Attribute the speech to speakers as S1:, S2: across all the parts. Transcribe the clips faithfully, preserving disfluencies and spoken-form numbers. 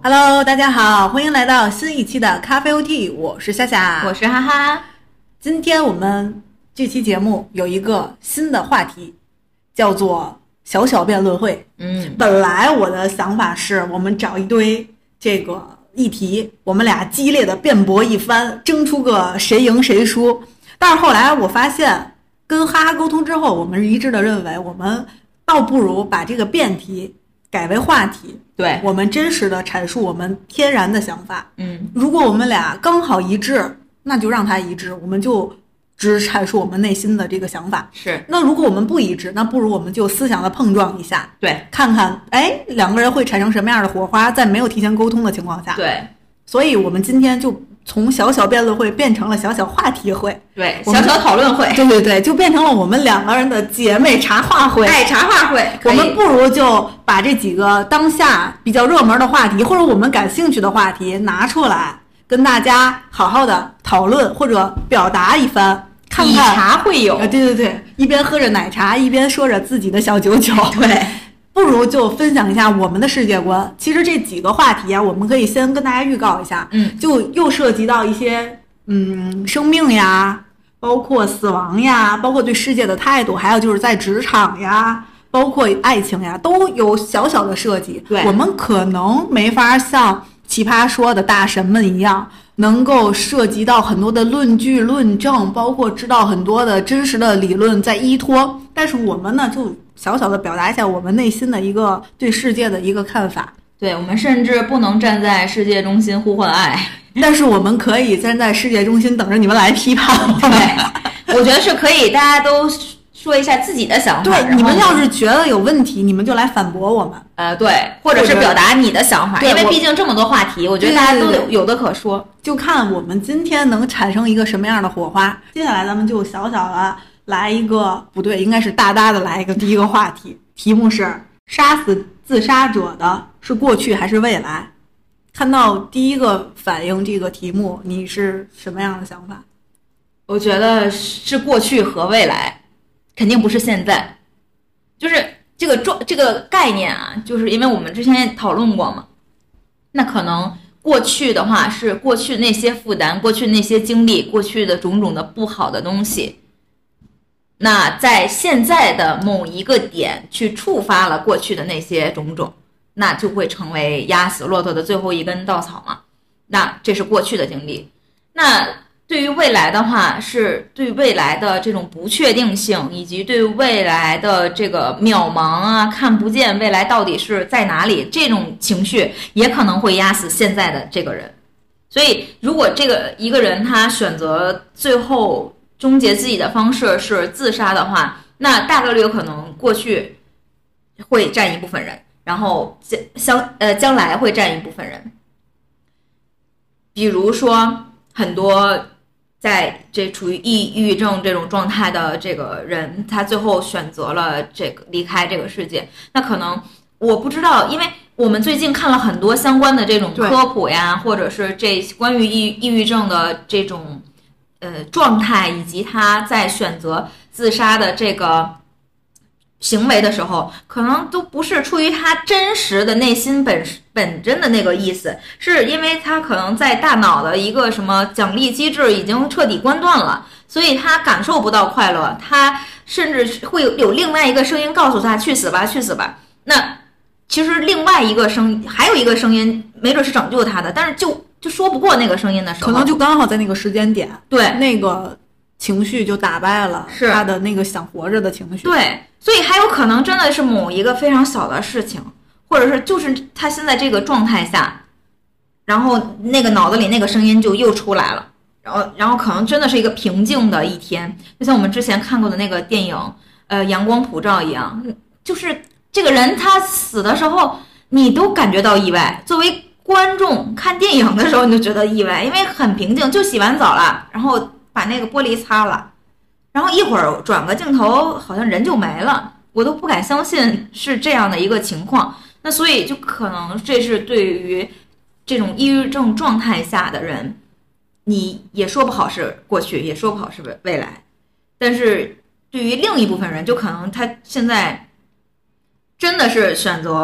S1: Hello， 大家好，欢迎来到新一期的咖啡 O T， 我是夏夏，
S2: 我是哈哈。
S1: 今天我们这期节目有一个新的话题，叫做小小辩论会。
S2: 嗯，
S1: 本来我的想法是我们找一堆这个议题，我们俩激烈的辩驳一番，争出个谁赢谁输。但是后来我发现，跟哈哈沟通之后，我们是一致的认为，我们倒不如把这个辩题改为话题，
S2: 对，
S1: 我们真实的阐述我们天然的想法。
S2: 嗯，
S1: 如果我们俩刚好一致，那就让它一致，我们就只阐述我们内心的这个想法。
S2: 是，
S1: 那如果我们不一致，那不如我们就思想的碰撞一下，
S2: 对，
S1: 看看哎两个人会产生什么样的火花，在没有提前沟通的情况下。
S2: 对，
S1: 所以我们今天就从小小辩论会变成了小小话题会，
S2: 对，小小讨论会，
S1: 对对对，就变成了我们两个人的姐妹茶话会，
S2: 爱茶话会。
S1: 我们不如就把这几个当下比较热门的话题，或者我们感兴趣的话题拿出来，跟大家好好的讨论或者表达一番，看看
S2: 以茶会友。
S1: 啊，对对对，一边喝着奶茶，一边说着自己的小九九。
S2: 对。
S1: 不如就分享一下我们的世界观。其实这几个话题啊，我们可以先跟大家预告一下，
S2: 嗯，
S1: 就又涉及到一些嗯生命呀，包括死亡呀，包括对世界的态度，还有就是在职场呀，包括爱情呀，都有小小的涉及。
S2: 对，
S1: 我们可能没法像奇葩说的大神们一样，能够涉及到很多的论据论证，包括知道很多的真实的理论在依托，但是我们呢就小小的表达一下我们内心的一个对世界的一个看法。
S2: 对，我们甚至不能站在世界中心呼唤爱，
S1: 但是我们可以站在世界中心等着你们来批判。
S2: 对，我觉得是可以，大家都说一下自己的想法。
S1: 对，你们要是觉得有问题，你们就来反驳我们。
S2: 呃，对，或者是表达你的想法，因为毕竟这么多话题，我觉得大家都有有的可说。
S1: 就看我们今天能产生一个什么样的火花。接下来咱们就小小的来一个，不对，应该是大大的来一个第一个话题，题目是杀死自杀者的是过去还是未来？看到第一个反应这个题目，你是什么样的想法？
S2: 我觉得是过去和未来，肯定不是现在。就是这个状这个概念啊，就是因为我们之前讨论过嘛，那可能过去的话是过去那些负担，过去那些经历，过去的种种的不好的东西，那在现在的某一个点去触发了过去的那些种种，那就会成为压死骆驼的最后一根稻草嘛。那这是过去的经历。那对于未来的话，是对未来的这种不确定性，以及对未来的这个渺茫啊，看不见未来到底是在哪里，这种情绪也可能会压死现在的这个人。所以如果这个一个人他选择最后终结自己的方式是自杀的话，那大概率有可能过去会占一部分人，然后将呃将来会占一部分人。比如说很多在这处于抑郁症这种状态的这个人，他最后选择了这个离开这个世界，那可能我不知道，因为我们最近看了很多相关的这种科普呀，或者是这关于抑抑郁症的这种呃状态，以及他在选择自杀的这个行为的时候，可能都不是出于他真实的内心本本真的那个意思，是因为他可能在大脑的一个什么奖励机制已经彻底关断了，所以他感受不到快乐，他甚至会有有另外一个声音告诉他去死吧去死吧。那其实另外一个声还有一个声音没准是拯救他的，但是就就说不过那个声音的时候，
S1: 可能就刚好在那个时间点，
S2: 对
S1: 那个情绪就打败了他的那个想活着的情绪。
S2: 对，所以还有可能真的是某一个非常小的事情，或者是就是他现在这个状态下，然后那个脑子里那个声音就又出来了，然后然后可能真的是一个平静的一天，就像我们之前看过的那个电影呃阳光普照一样，就是这个人他死的时候你都感觉到意外，作为观众看电影的时候你就觉得意外，因为很平静，就洗完澡了，然后把那个玻璃擦了，然后一会儿转个镜头好像人就没了，我都不敢相信是这样的一个情况。那所以就可能这是对于这种抑郁症状态下的人，你也说不好是过去，也说不好是未来。但是对于另一部分人，就可能他现在真的是选择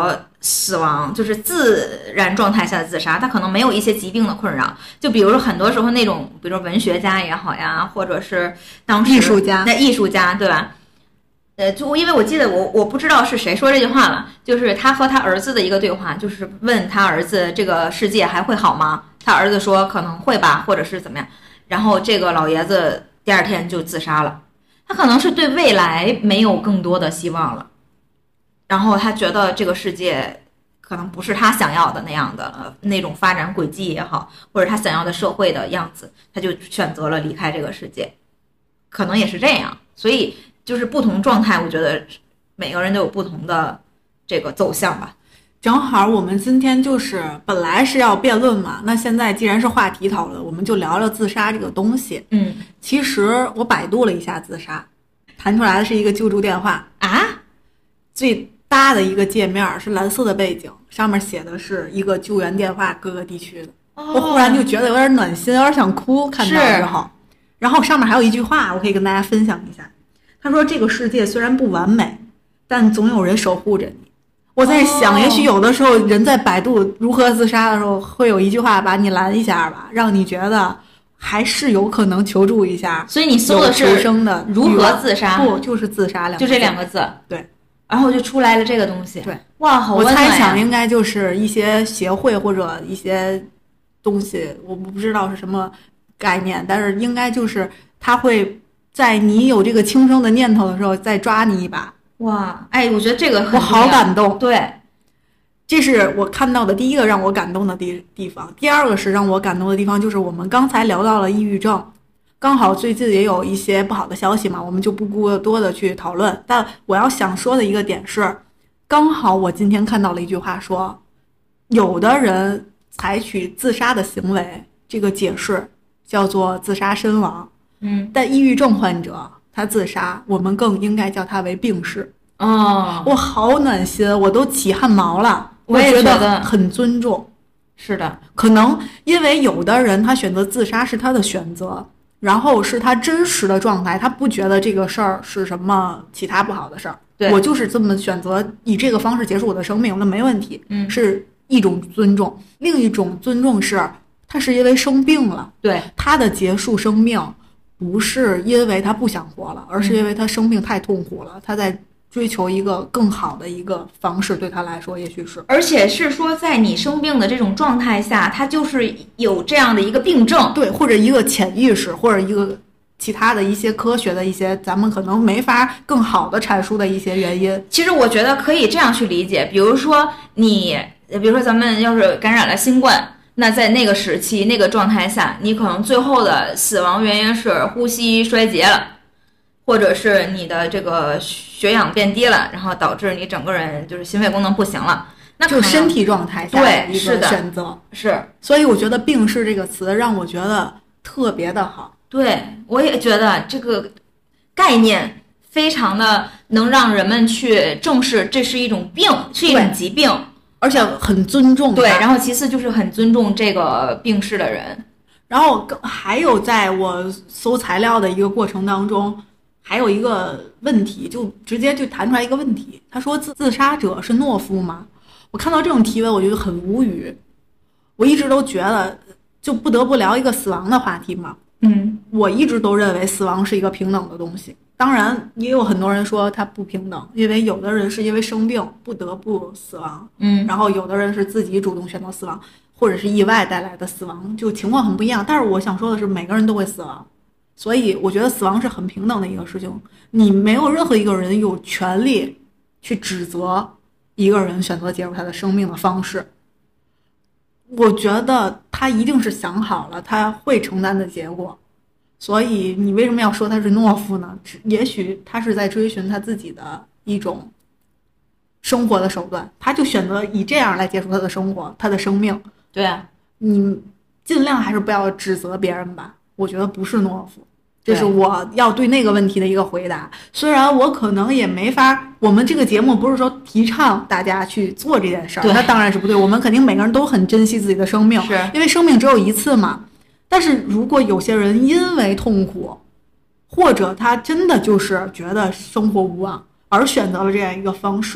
S2: 死亡，就是自然状态下的自杀，他可能没有一些疾病的困扰。就比如说很多时候那种，比如说文学家也好呀，或者是当时
S1: 艺术家，
S2: 那艺术家对吧？呃，就因为我记得我我不知道是谁说这句话了，就是他和他儿子的一个对话，就是问他儿子这个世界还会好吗？他儿子说可能会吧，或者是怎么样。然后这个老爷子第二天就自杀了，他可能是对未来没有更多的希望了。然后他觉得这个世界可能不是他想要的那样的、呃、那种发展轨迹也好，或者他想要的社会的样子，他就选择了离开这个世界，可能也是这样。所以就是不同状态，我觉得每个人都有不同的这个走向吧。
S1: 正好我们今天就是本来是要辩论嘛，那现在既然是话题讨论，我们就聊聊自杀这个东西。
S2: 嗯，
S1: 其实我百度了一下自杀，弹出来的是一个救助电话
S2: 啊，
S1: 最大的一个界面是蓝色的背景，上面写的是一个救援电话各个地区的、哦、我忽然就觉得有点暖心，有点想哭，看到之后。然后上面还有一句话我可以跟大家分享一下，他说这个世界虽然不完美，但总有人守护着你。我在想、哦、也许有的时候人在百度如何自杀的时候，会有一句话把你拦一下吧，让你觉得还是有可能求助一下。
S2: 所以你搜的是
S1: 求生的
S2: 如何自杀，
S1: 不就是自杀两个字，
S2: 就这两个字。
S1: 对，
S2: 然后就出来了这个东西。
S1: 对，
S2: 哇，好温暖呀。
S1: 我猜想应该就是一些协会或者一些东西，我不知道是什么概念，但是应该就是他会在你有这个轻生的念头的时候再抓你一把。
S2: 哇，哎，我觉得这个很
S1: 我好感动。
S2: 对，
S1: 这是我看到的第一个让我感动的地地方。第二个是让我感动的地方，就是我们刚才聊到了抑郁症，刚好最近也有一些不好的消息嘛，我们就不过多的去讨论。但我要想说的一个点是，刚好我今天看到了一句话说，有的人采取自杀的行为，这个解释叫做自杀身亡。
S2: 嗯，
S1: 但抑郁症患者他自杀，我们更应该叫他为病逝。
S2: 哦，
S1: 我好暖心，我都起汗毛了。
S2: 我也
S1: 觉
S2: 得
S1: 很尊重。
S2: 是的，
S1: 可能因为有的人他选择自杀是他的选择，然后是他真实的状态，他不觉得这个事儿是什么其他不好的事儿。
S2: 对，
S1: 我就是这么选择，以这个方式结束我的生命，那没问题。
S2: 嗯，
S1: 是一种尊重。另一种尊重是，他是因为生病了，
S2: 对，
S1: 他的结束生命不是因为他不想活了，而是因为他生病太痛苦了，嗯、他在追求一个更好的一个方式，对他来说也许是，
S2: 而且是说在你生病的这种状态下，他就是有这样的一个病症，
S1: 对，或者一个潜意识，或者一个其他的一些科学的一些咱们可能没法更好的阐述的一些原因。
S2: 其实我觉得可以这样去理解，比如说你比如说咱们要是感染了新冠，那在那个时期那个状态下，你可能最后的死亡原因是呼吸衰竭了，或者是你的这个血氧变低了，然后导致你整个人就是心肺功能不行了，那
S1: 就身体状态下的一个选择。
S2: 是，
S1: 所以我觉得病逝这个词让我觉得特别的好。
S2: 对，我也觉得这个概念非常的能让人们去正视，这是一种病，是一种疾病，
S1: 而且很尊重。
S2: 对，然后其次就是很尊重这个病逝的人。
S1: 然后还有在我搜材料的一个过程当中，还有一个问题，就直接就弹出来一个问题，他说自自杀者是懦夫吗？我看到这种提问我觉得很无语。我一直都觉得就不得不聊一个死亡的话题嘛。
S2: 嗯，
S1: 我一直都认为死亡是一个平等的东西，当然也有很多人说它不平等，因为有的人是因为生病不得不死亡，
S2: 嗯，
S1: 然后有的人是自己主动选择死亡，或者是意外带来的死亡，就情况很不一样。但是我想说的是，每个人都会死亡，所以我觉得死亡是很平等的一个事情，你没有任何一个人有权利去指责一个人选择结束他的生命的方式。我觉得他一定是想好了他会承担的结果，所以你为什么要说他是懦夫呢？也许他是在追寻他自己的一种生活的手段，他就选择以这样来结束他的生活，他的生命。
S2: 对啊，
S1: 你尽量还是不要指责别人吧，我觉得不是懦夫，这是我要对那个问题的一个回答。虽然我可能也没法，我们这个节目不是说提倡大家去做这件事儿，那当然是不对，我们肯定每个人都很珍惜自己的生命，
S2: 是
S1: 因为生命只有一次嘛。但是如果有些人因为痛苦，或者他真的就是觉得生活无望而选择了这样一个方式，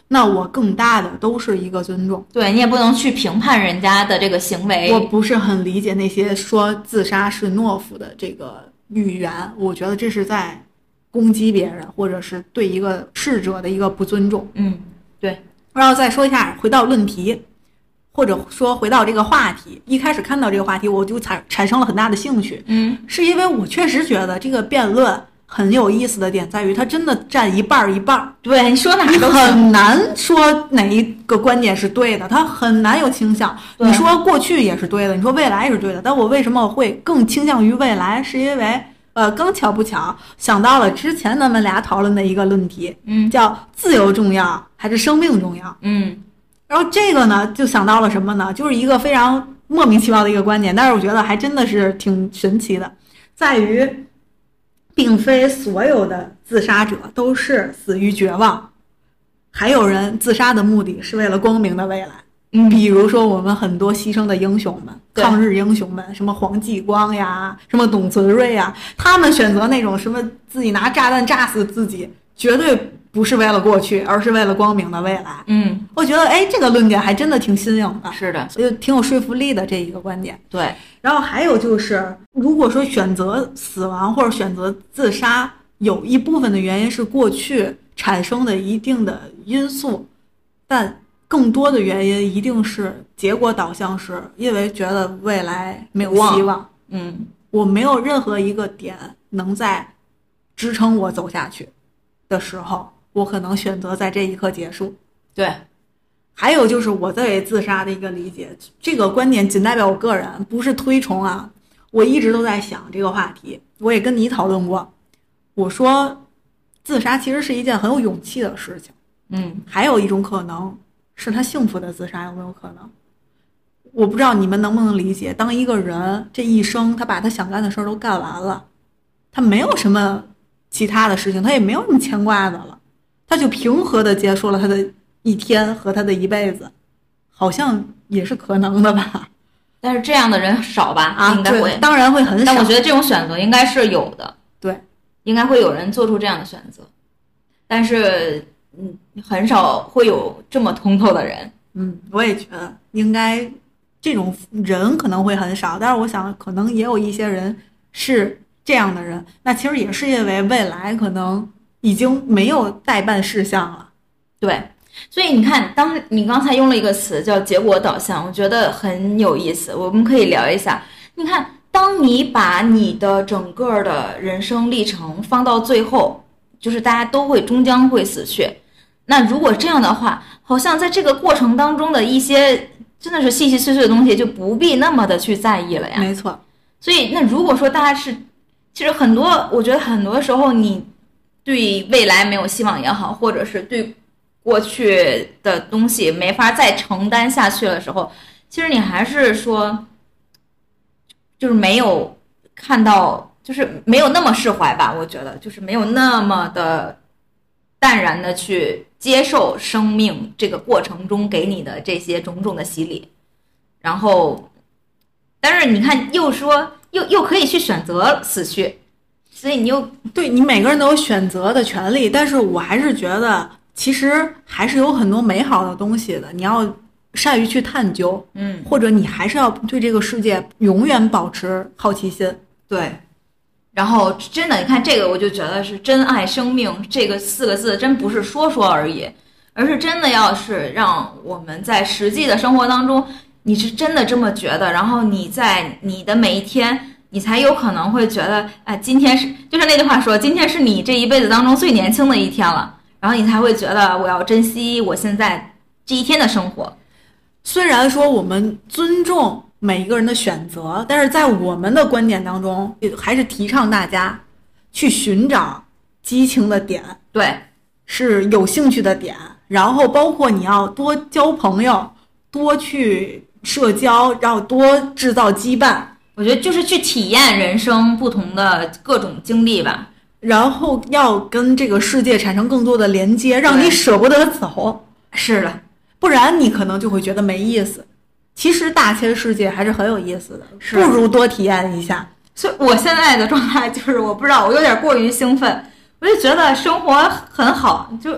S1: 那我更大的都是一个尊重。
S2: 对，你也不能去评判人家的这个行为。
S1: 我不是很理解那些说自杀是懦夫的这个语言，我觉得这是在攻击别人，或者是对一个逝者的一个不尊重。
S2: 嗯，对。
S1: 然后再说一下，回到论题，或者说回到这个话题，一开始看到这个话题我就产产生了很大的兴趣。
S2: 嗯，
S1: 是因为我确实觉得这个辩论很有意思的点在于，它真的占一半一半。
S2: 对，你说哪
S1: 你
S2: 都
S1: 很难说哪一个观点是对的，它很难有倾向。你说过去也是对的，你说未来也是对的，但我为什么会更倾向于未来？是因为呃，刚巧不巧想到了之前咱们俩讨论的一个论题，
S2: 嗯，
S1: 叫自由重要还是生命重要？
S2: 嗯，
S1: 然后这个呢，就想到了什么呢？就是一个非常莫名其妙的一个观点，但是我觉得还真的是挺神奇的，在于并非所有的自杀者都是死于绝望，还有人自杀的目的是为了光明的未来。
S2: 嗯，
S1: 比如说我们很多牺牲的英雄们，抗日英雄们，什么黄继光呀，什么董存瑞呀，他们选择那种什么自己拿炸弹炸死自己，绝对不是为了过去，而是为了光明的未来。
S2: 嗯，
S1: 我觉得哎，这个论点还真的挺新颖的。
S2: 是的，
S1: 所以挺有说服力的这一个观点。
S2: 对，
S1: 然后还有就是，如果说选择死亡或者选择自杀，有一部分的原因是过去产生的一定的因素，但更多的原因一定是结果导向，是因为觉得未来没有希望。
S2: 嗯，
S1: 我没有任何一个点能在支撑我走下去的时候，我可能选择在这一刻结束。
S2: 对。
S1: 还有就是我对自杀的一个理解，这个观点仅代表我个人，不是推崇啊。我一直都在想这个话题，我也跟你讨论过。我说，自杀其实是一件很有勇气的事情。
S2: 嗯，
S1: 还有一种可能是他幸福的自杀，有没有可能？我不知道你们能不能理解，当一个人这一生他把他想干的事儿都干完了，他没有什么其他的事情，他也没有什么牵挂的了，他就平和的结束了他的一天和他的一辈子，好像也是可能的吧。
S2: 但是这样的人少吧？
S1: 啊，
S2: 应该会，
S1: 当然会很少。
S2: 但我觉得这种选择应该是有的。
S1: 对，
S2: 应该会有人做出这样的选择，但是嗯，很少会有这么通透的人。
S1: 嗯，我也觉得应该这种人可能会很少，但是我想可能也有一些人是这样的人。那其实也是因为未来可能已经没有待办事项了。
S2: 对，所以你看，当你刚才用了一个词叫结果导向，我觉得很有意思，我们可以聊一下。你看，当你把你的整个的人生历程放到最后，就是大家都会终将会死去，那如果这样的话，好像在这个过程当中的一些真的是细细碎碎的东西就不必那么的去在意了呀。
S1: 没错。
S2: 所以那如果说大家是，其实很多，我觉得很多时候你对未来没有希望也好，或者是对过去的东西没法再承担下去的时候，其实你还是说就是没有看到，就是没有那么释怀吧，我觉得就是没有那么的淡然的去接受生命这个过程中给你的这些种种的洗礼。然后但是你看又说又又可以去选择死去，所以你又
S1: 对，你每个人都有选择的权利，但是我还是觉得其实还是有很多美好的东西的，你要善于去探究，
S2: 嗯，
S1: 或者你还是要对这个世界永远保持好奇心。
S2: 对，然后真的你看这个，我就觉得是珍爱生命这个四个字真不是说说而已，而是真的要是让我们在实际的生活当中你是真的这么觉得，然后你在你的每一天你才有可能会觉得哎，今天是就是那句话说今天是你这一辈子当中最年轻的一天了，然后你才会觉得我要珍惜我现在这一天的生活。
S1: 虽然说我们尊重每一个人的选择，但是在我们的观点当中还是提倡大家去寻找激情的点，
S2: 对，
S1: 是有兴趣的点，然后包括你要多交朋友，多去社交，然后多制造羁绊。
S2: 我觉得就是去体验人生不同的各种经历吧，
S1: 然后要跟这个世界产生更多的连接，让你舍不得走。
S2: 是的，
S1: 不然你可能就会觉得没意思。其实大千世界还是很有意思的，不如多体验一下。
S2: 所以我现在的状态就是，我不知道，我有点过于兴奋，我就觉得生活很好，就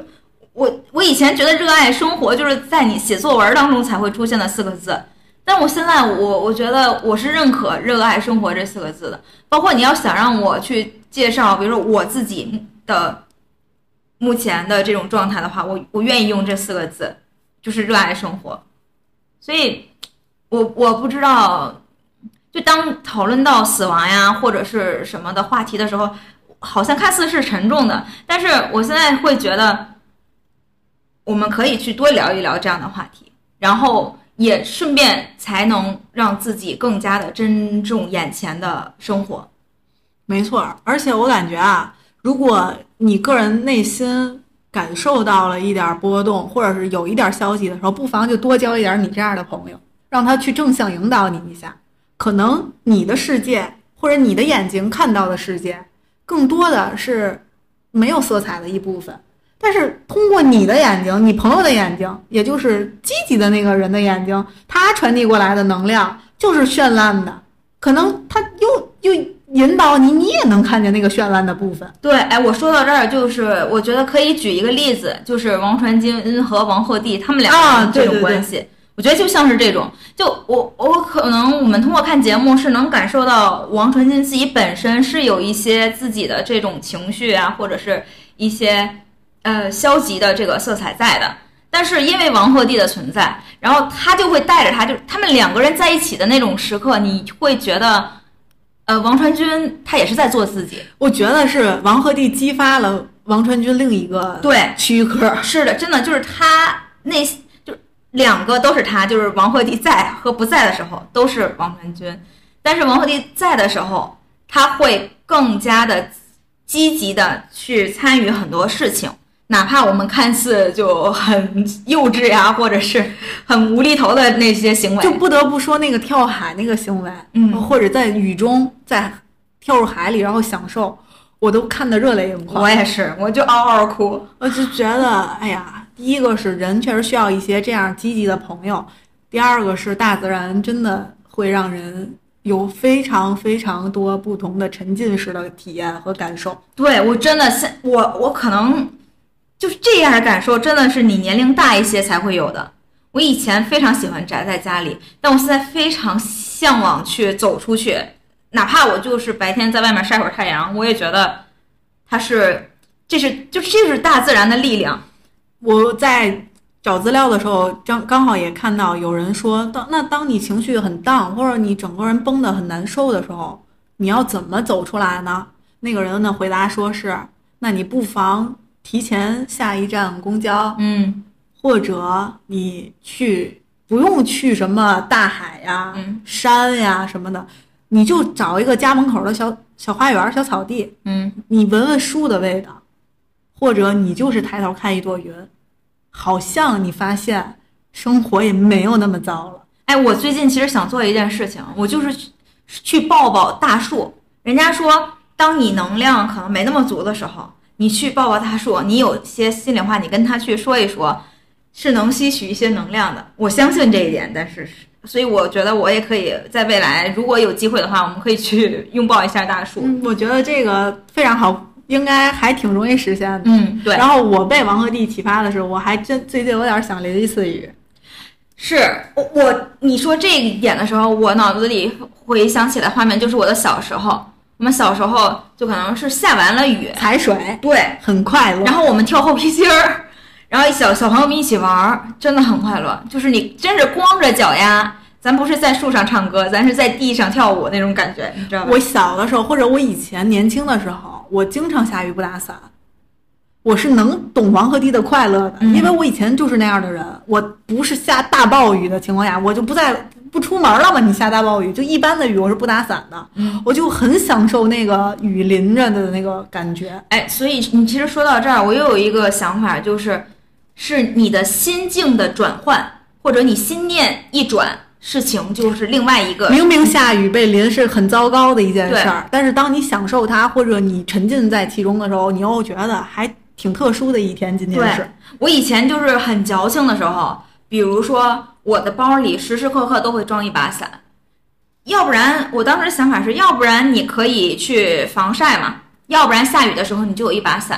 S2: 我我以前觉得热爱生活就是在你写作文当中才会出现的四个字，但我现在我我觉得我是认可热爱生活这四个字的。包括你要想让我去介绍，比如说我自己的目前的这种状态的话，我我愿意用这四个字，就是热爱生活。所以我我不知道，就当讨论到死亡呀或者是什么的话题的时候，好像看似是沉重的，但是我现在会觉得我们可以去多聊一聊这样的话题，然后也顺便才能让自己更加的珍重眼前的生活。
S1: 没错，而且我感觉啊，如果你个人内心感受到了一点波动，或者是有一点消息的时候，不妨就多交一点你这样的朋友，让他去正向引导你一下。可能你的世界或者你的眼睛看到的世界更多的是没有色彩的一部分，但是通过你的眼睛，你朋友的眼睛，也就是积极的那个人的眼睛，他传递过来的能量就是绚烂的，可能他又又引导你，你也能看见那个绚烂的部分。
S2: 对，哎，我说到这儿，就是我觉得可以举一个例子，就是王传君和王鹤棣他们两个人这种关系。啊，对对对，我觉得就像是这种，就我我可能我们通过看节目是能感受到王传君自己本身是有一些自己的这种情绪啊，或者是一些呃消极的这个色彩在的，但是因为王鹤棣的存在，然后他就会带着他，就他们两个人在一起的那种时刻，你会觉得呃王传君他也是在做自己。
S1: 我觉得是王鹤棣激发了王传君另一个
S2: 对
S1: 躯壳。
S2: 是的，真的就是他那两个都是他，就是王鹤棣在和不在的时候都是王传君，但是王鹤棣在的时候，他会更加的积极的去参与很多事情，哪怕我们看似就很幼稚呀，或者是很无厘头的那些行为，
S1: 就不得不说那个跳海那个行为，
S2: 嗯，
S1: 或者在雨中在跳入海里然后享受，我都看得热泪盈眶。
S2: 我也是，我就嗷嗷哭，
S1: 我就觉得哎呀。第一个是人确实需要一些这样积极的朋友，第二个是大自然真的会让人有非常非常多不同的沉浸式的体验和感受。
S2: 对，我真的现我我可能就是这样的感受，真的是你年龄大一些才会有的。我以前非常喜欢宅在家里，但我现在非常向往去走出去，哪怕我就是白天在外面晒会儿太阳，我也觉得它是这是就这是大自然的力量。
S1: 我在找资料的时候，刚刚好也看到有人说，当那当你情绪很荡，或者你整个人绷得很难受的时候，你要怎么走出来呢？那个人的回答说是，那你不妨提前下一站公交，
S2: 嗯，
S1: 或者你去不用去什么大海呀、
S2: 嗯、
S1: 山呀什么的，你就找一个家门口的小小花园、小草地，
S2: 嗯，
S1: 你闻闻树的味道。或者你就是抬头看一朵云，好像你发现生活也没有那么糟了。
S2: 哎，我最近其实想做一件事情，我就是去去抱抱大树。人家说，当你能量可能没那么足的时候，你去抱抱大树，你有些心里话，你跟他去说一说，是能吸取一些能量的。我相信这一点，但是，所以我觉得我也可以在未来，如果有机会的话，我们可以去拥抱一下大树。
S1: 嗯，我觉得这个非常好。应该还挺容易实现的。
S2: 嗯，对。
S1: 然后我被王鹤棣启发的是，我还真最近有点想淋一次雨。
S2: 是我我你说这一点的时候，我脑子里回想起来画面就是我的小时候，我们小时候就可能是下完了雨，
S1: 踩水，
S2: 对，
S1: 很快乐。
S2: 然后我们跳厚皮筋儿，然后小小朋友们一起玩，真的很快乐。就是你真是光着脚丫。咱不是在树上唱歌，咱是在地上跳舞那种感觉，你知道吧？
S1: 我小的时候，或者我以前年轻的时候，我经常下雨不打伞，我是能懂王鹤棣的快乐的，
S2: 嗯、
S1: 因为我以前就是那样的人。我不是下大暴雨的情况下，我就不在不出门了嘛。你下大暴雨，就一般的雨我是不打伞的，
S2: 嗯、
S1: 我就很享受那个雨淋着的那个感觉。
S2: 哎，所以你其实说到这儿，我又有一个想法，就是是你的心境的转换，或者你心念一转。事情就是另外一个，
S1: 明明下雨被淋是很糟糕的一件事儿，但是当你享受它或者你沉浸在其中的时候，你又觉得还挺特殊的一天。今天是
S2: 我以前就是很矫情的时候，比如说我的包里时时刻刻都会装一把伞，要不然我当时的想法是，要不然你可以去防晒嘛，要不然下雨的时候你就有一把伞，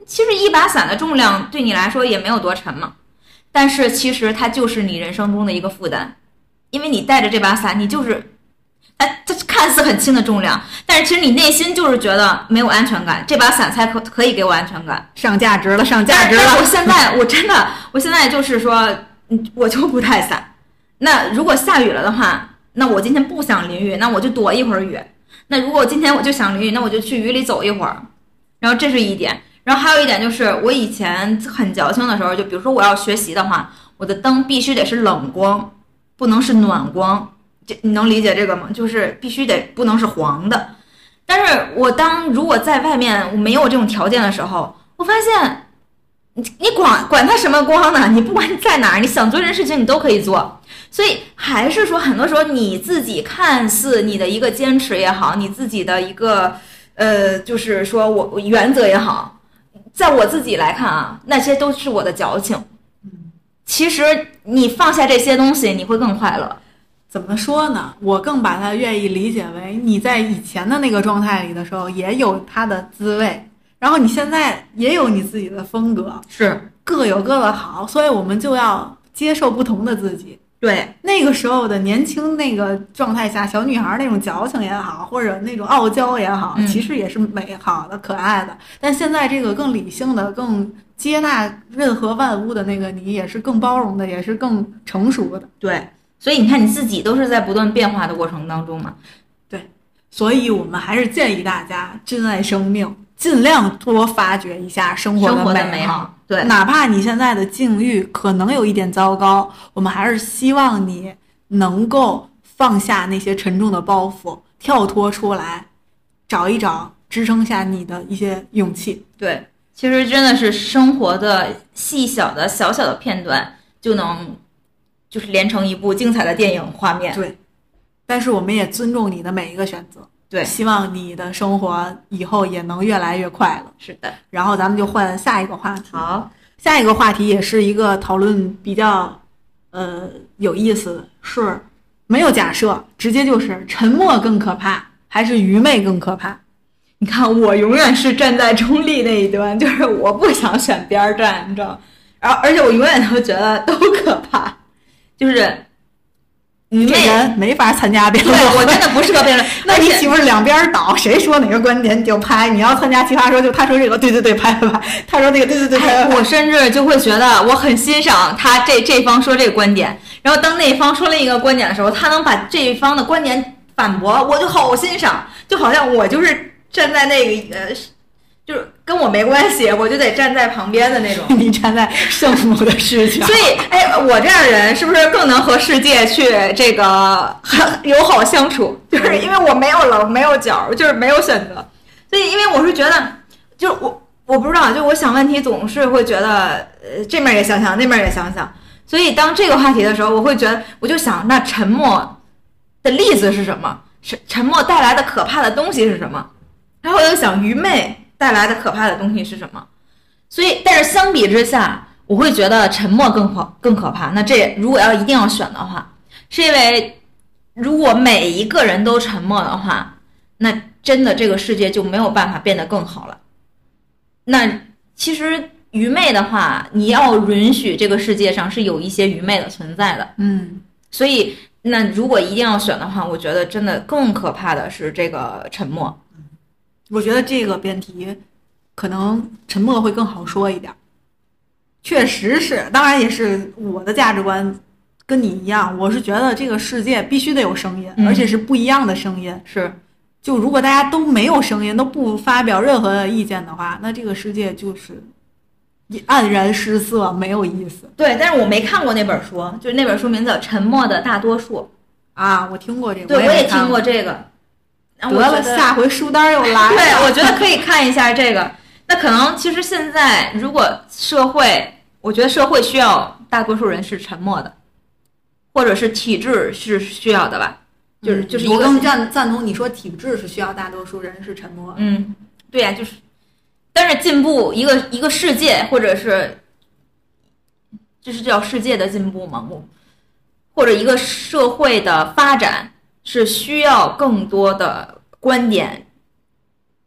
S2: 其实一把伞的重量对你来说也没有多沉嘛，但是其实它就是你人生中的一个负担，因为你带着这把伞，你就是它它看似很轻的重量，但是其实你内心就是觉得没有安全感，这把伞才可可以给我安全感，
S1: 上价值了，上价值了。
S2: 我现在我真的，我现在就是说，嗯，我就不带伞。那如果下雨了的话，那我今天不想淋雨，那我就躲一会儿雨。那如果今天我就想淋雨，那我就去雨里走一会儿。然后这是一点，然后还有一点就是，我以前很矫情的时候，就比如说我要学习的话，我的灯必须得是冷光，不能是暖光。这你能理解这个吗？就是必须得不能是黄的。但是我当如果在外面我没有这种条件的时候，我发现你你管管它什么光呢？你不管你在哪儿，你想做这件事情你都可以做。所以还是说，很多时候你自己看似你的一个坚持也好，你自己的一个呃，就是说我我原则也好，在我自己来看啊，那些都是我的矫情。其实你放下这些东西，你会更快乐。
S1: 怎么说呢？我更把它愿意理解为你在以前的那个状态里的时候也有它的滋味，然后你现在也有你自己的风格，
S2: 是
S1: 各有各的好，所以我们就要接受不同的自己。
S2: 对，
S1: 那个时候的年轻那个状态下，小女孩那种矫情也好，或者那种傲娇也好，
S2: 嗯、
S1: 其实也是美好的、可爱的。但现在这个更理性的、更接纳任何万物的那个你，也是更包容的，也是更成熟的。
S2: 对。所以你看，你自己都是在不断变化的过程当中嘛。
S1: 对，所以我们还是建议大家珍爱生命，尽量多发掘一下生活的美好。
S2: 的美好对，
S1: 哪怕你现在的境遇可能有一点糟糕，我们还是希望你能够放下那些沉重的包袱，跳脱出来，找一找支撑下你的一些勇气。
S2: 对，其实真的是生活的细小的小小的片段就能。就是连成一部精彩的电影画面。
S1: 对，但是我们也尊重你的每一个选择。
S2: 对，
S1: 希望你的生活以后也能越来越快乐。
S2: 是的，
S1: 然后咱们就换下一个话题。
S2: 好，
S1: 下一个话题也是一个讨论比较呃有意思的，是没有假设，直接就是沉默更可怕还是愚昧更可怕？
S2: 你看，我永远是站在中立那一端，就是我不想选边站，你知道，然后而且我永远都觉得都可怕。就是愚昧
S1: 人没法参加辩论，
S2: 对我真的不适合辩论。
S1: 那你岂不是两边倒？谁说哪个观点你就拍？你要参加奇葩说，就他说这个，对对对，拍拍拍；他说那个，对对对，拍拍拍。
S2: 我甚至就会觉得我很欣赏他这这方说这个观点，然后当那方说另一个观点的时候，他能把这一方的观点反驳，我就好欣赏，就好像我就是站在那个呃。就是跟我没关系，我就得站在旁边的那种。
S1: 你站在圣母的视角。
S2: 所以，哎，我这样的人是不是更能和世界去这个友好相处？就是因为我没有棱，没有角，就是没有选择。所以，因为我是觉得，就是我我不知道，就我想问题总是会觉得，呃，这面也想想，那面也想想。所以，当这个话题的时候，我会觉得，我就想，那沉默的例子是什么？沉沉默带来的可怕的东西是什么？然后我又想，愚昧带来的可怕的东西是什么？所以，但是相比之下，我会觉得沉默更可更可怕。那这如果要一定要选的话，是因为如果每一个人都沉默的话，那真的这个世界就没有办法变得更好了。那其实愚昧的话，你要允许这个世界上是有一些愚昧的存在的。
S1: 嗯，
S2: 所以那如果一定要选的话，我觉得真的更可怕的是这个沉默。
S1: 我觉得这个辩题可能沉默会更好说一点。确实是，当然也是我的价值观跟你一样，我是觉得这个世界必须得有声音、嗯、而且是不一样的声音。
S2: 是，
S1: 就如果大家都没有声音，都不发表任何的意见的话，那这个世界就是黯然失色，没有意思。
S2: 对，但是我没看过那本书，就是那本书名字叫《沉默的大多数》
S1: 啊，我听过这个。
S2: 对，我也听过这个。
S1: 得了，下回书单又来了。
S2: 对，我觉得可以看一下这个。那可能其实现在如果社会，我觉得社会需要大多数人是沉默的，或者是体制是需要的吧。就是就是一个，
S1: 我更赞赞同你说体制是需要大多数人是沉默的。
S2: 嗯，对呀、啊，就是，但是进步一个一个世界，或者是，这是叫世界的进步吗？或者一个社会的发展是需要更多的观点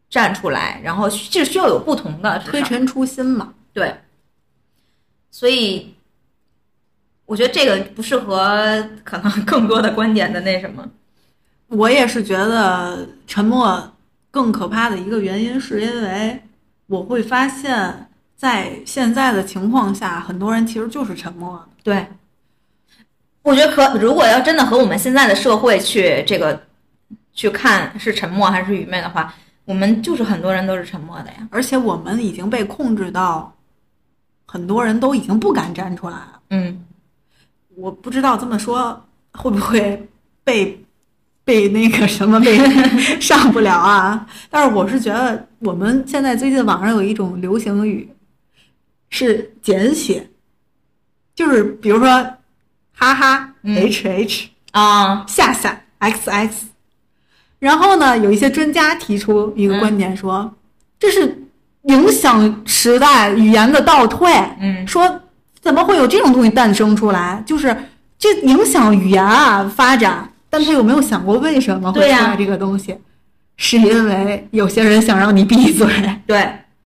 S2: 站出来，然后是需要有不同的
S1: 推陈出新嘛。
S2: 对，所以我觉得这个不适合可能更多的观点的那什么。
S1: 我也是觉得沉默更可怕的一个原因，是因为我会发现在现在的情况下，很多人其实就是沉默的。
S2: 对，我觉得可如果要真的和我们现在的社会去这个去看是沉默还是愚昧的话，我们就是很多人都是沉默的呀。
S1: 而且我们已经被控制到很多人都已经不敢站出来了。
S2: 嗯，
S1: 我不知道这么说会不会被被那个什么被上不了啊？但是我是觉得我们现在最近网上有一种流行语是简写，就是比如说哈哈、
S2: 嗯、
S1: H H
S2: 啊、
S1: 夏夏 X X， 然后呢有一些专家提出一个观点说、嗯、这是影响时代语言的倒退。
S2: 嗯，
S1: 说怎么会有这种东西诞生出来，就是这影响语言啊发展。但他有没有想过为什么会出来这个东西、啊、是因为有些人想让你闭嘴。
S2: 对，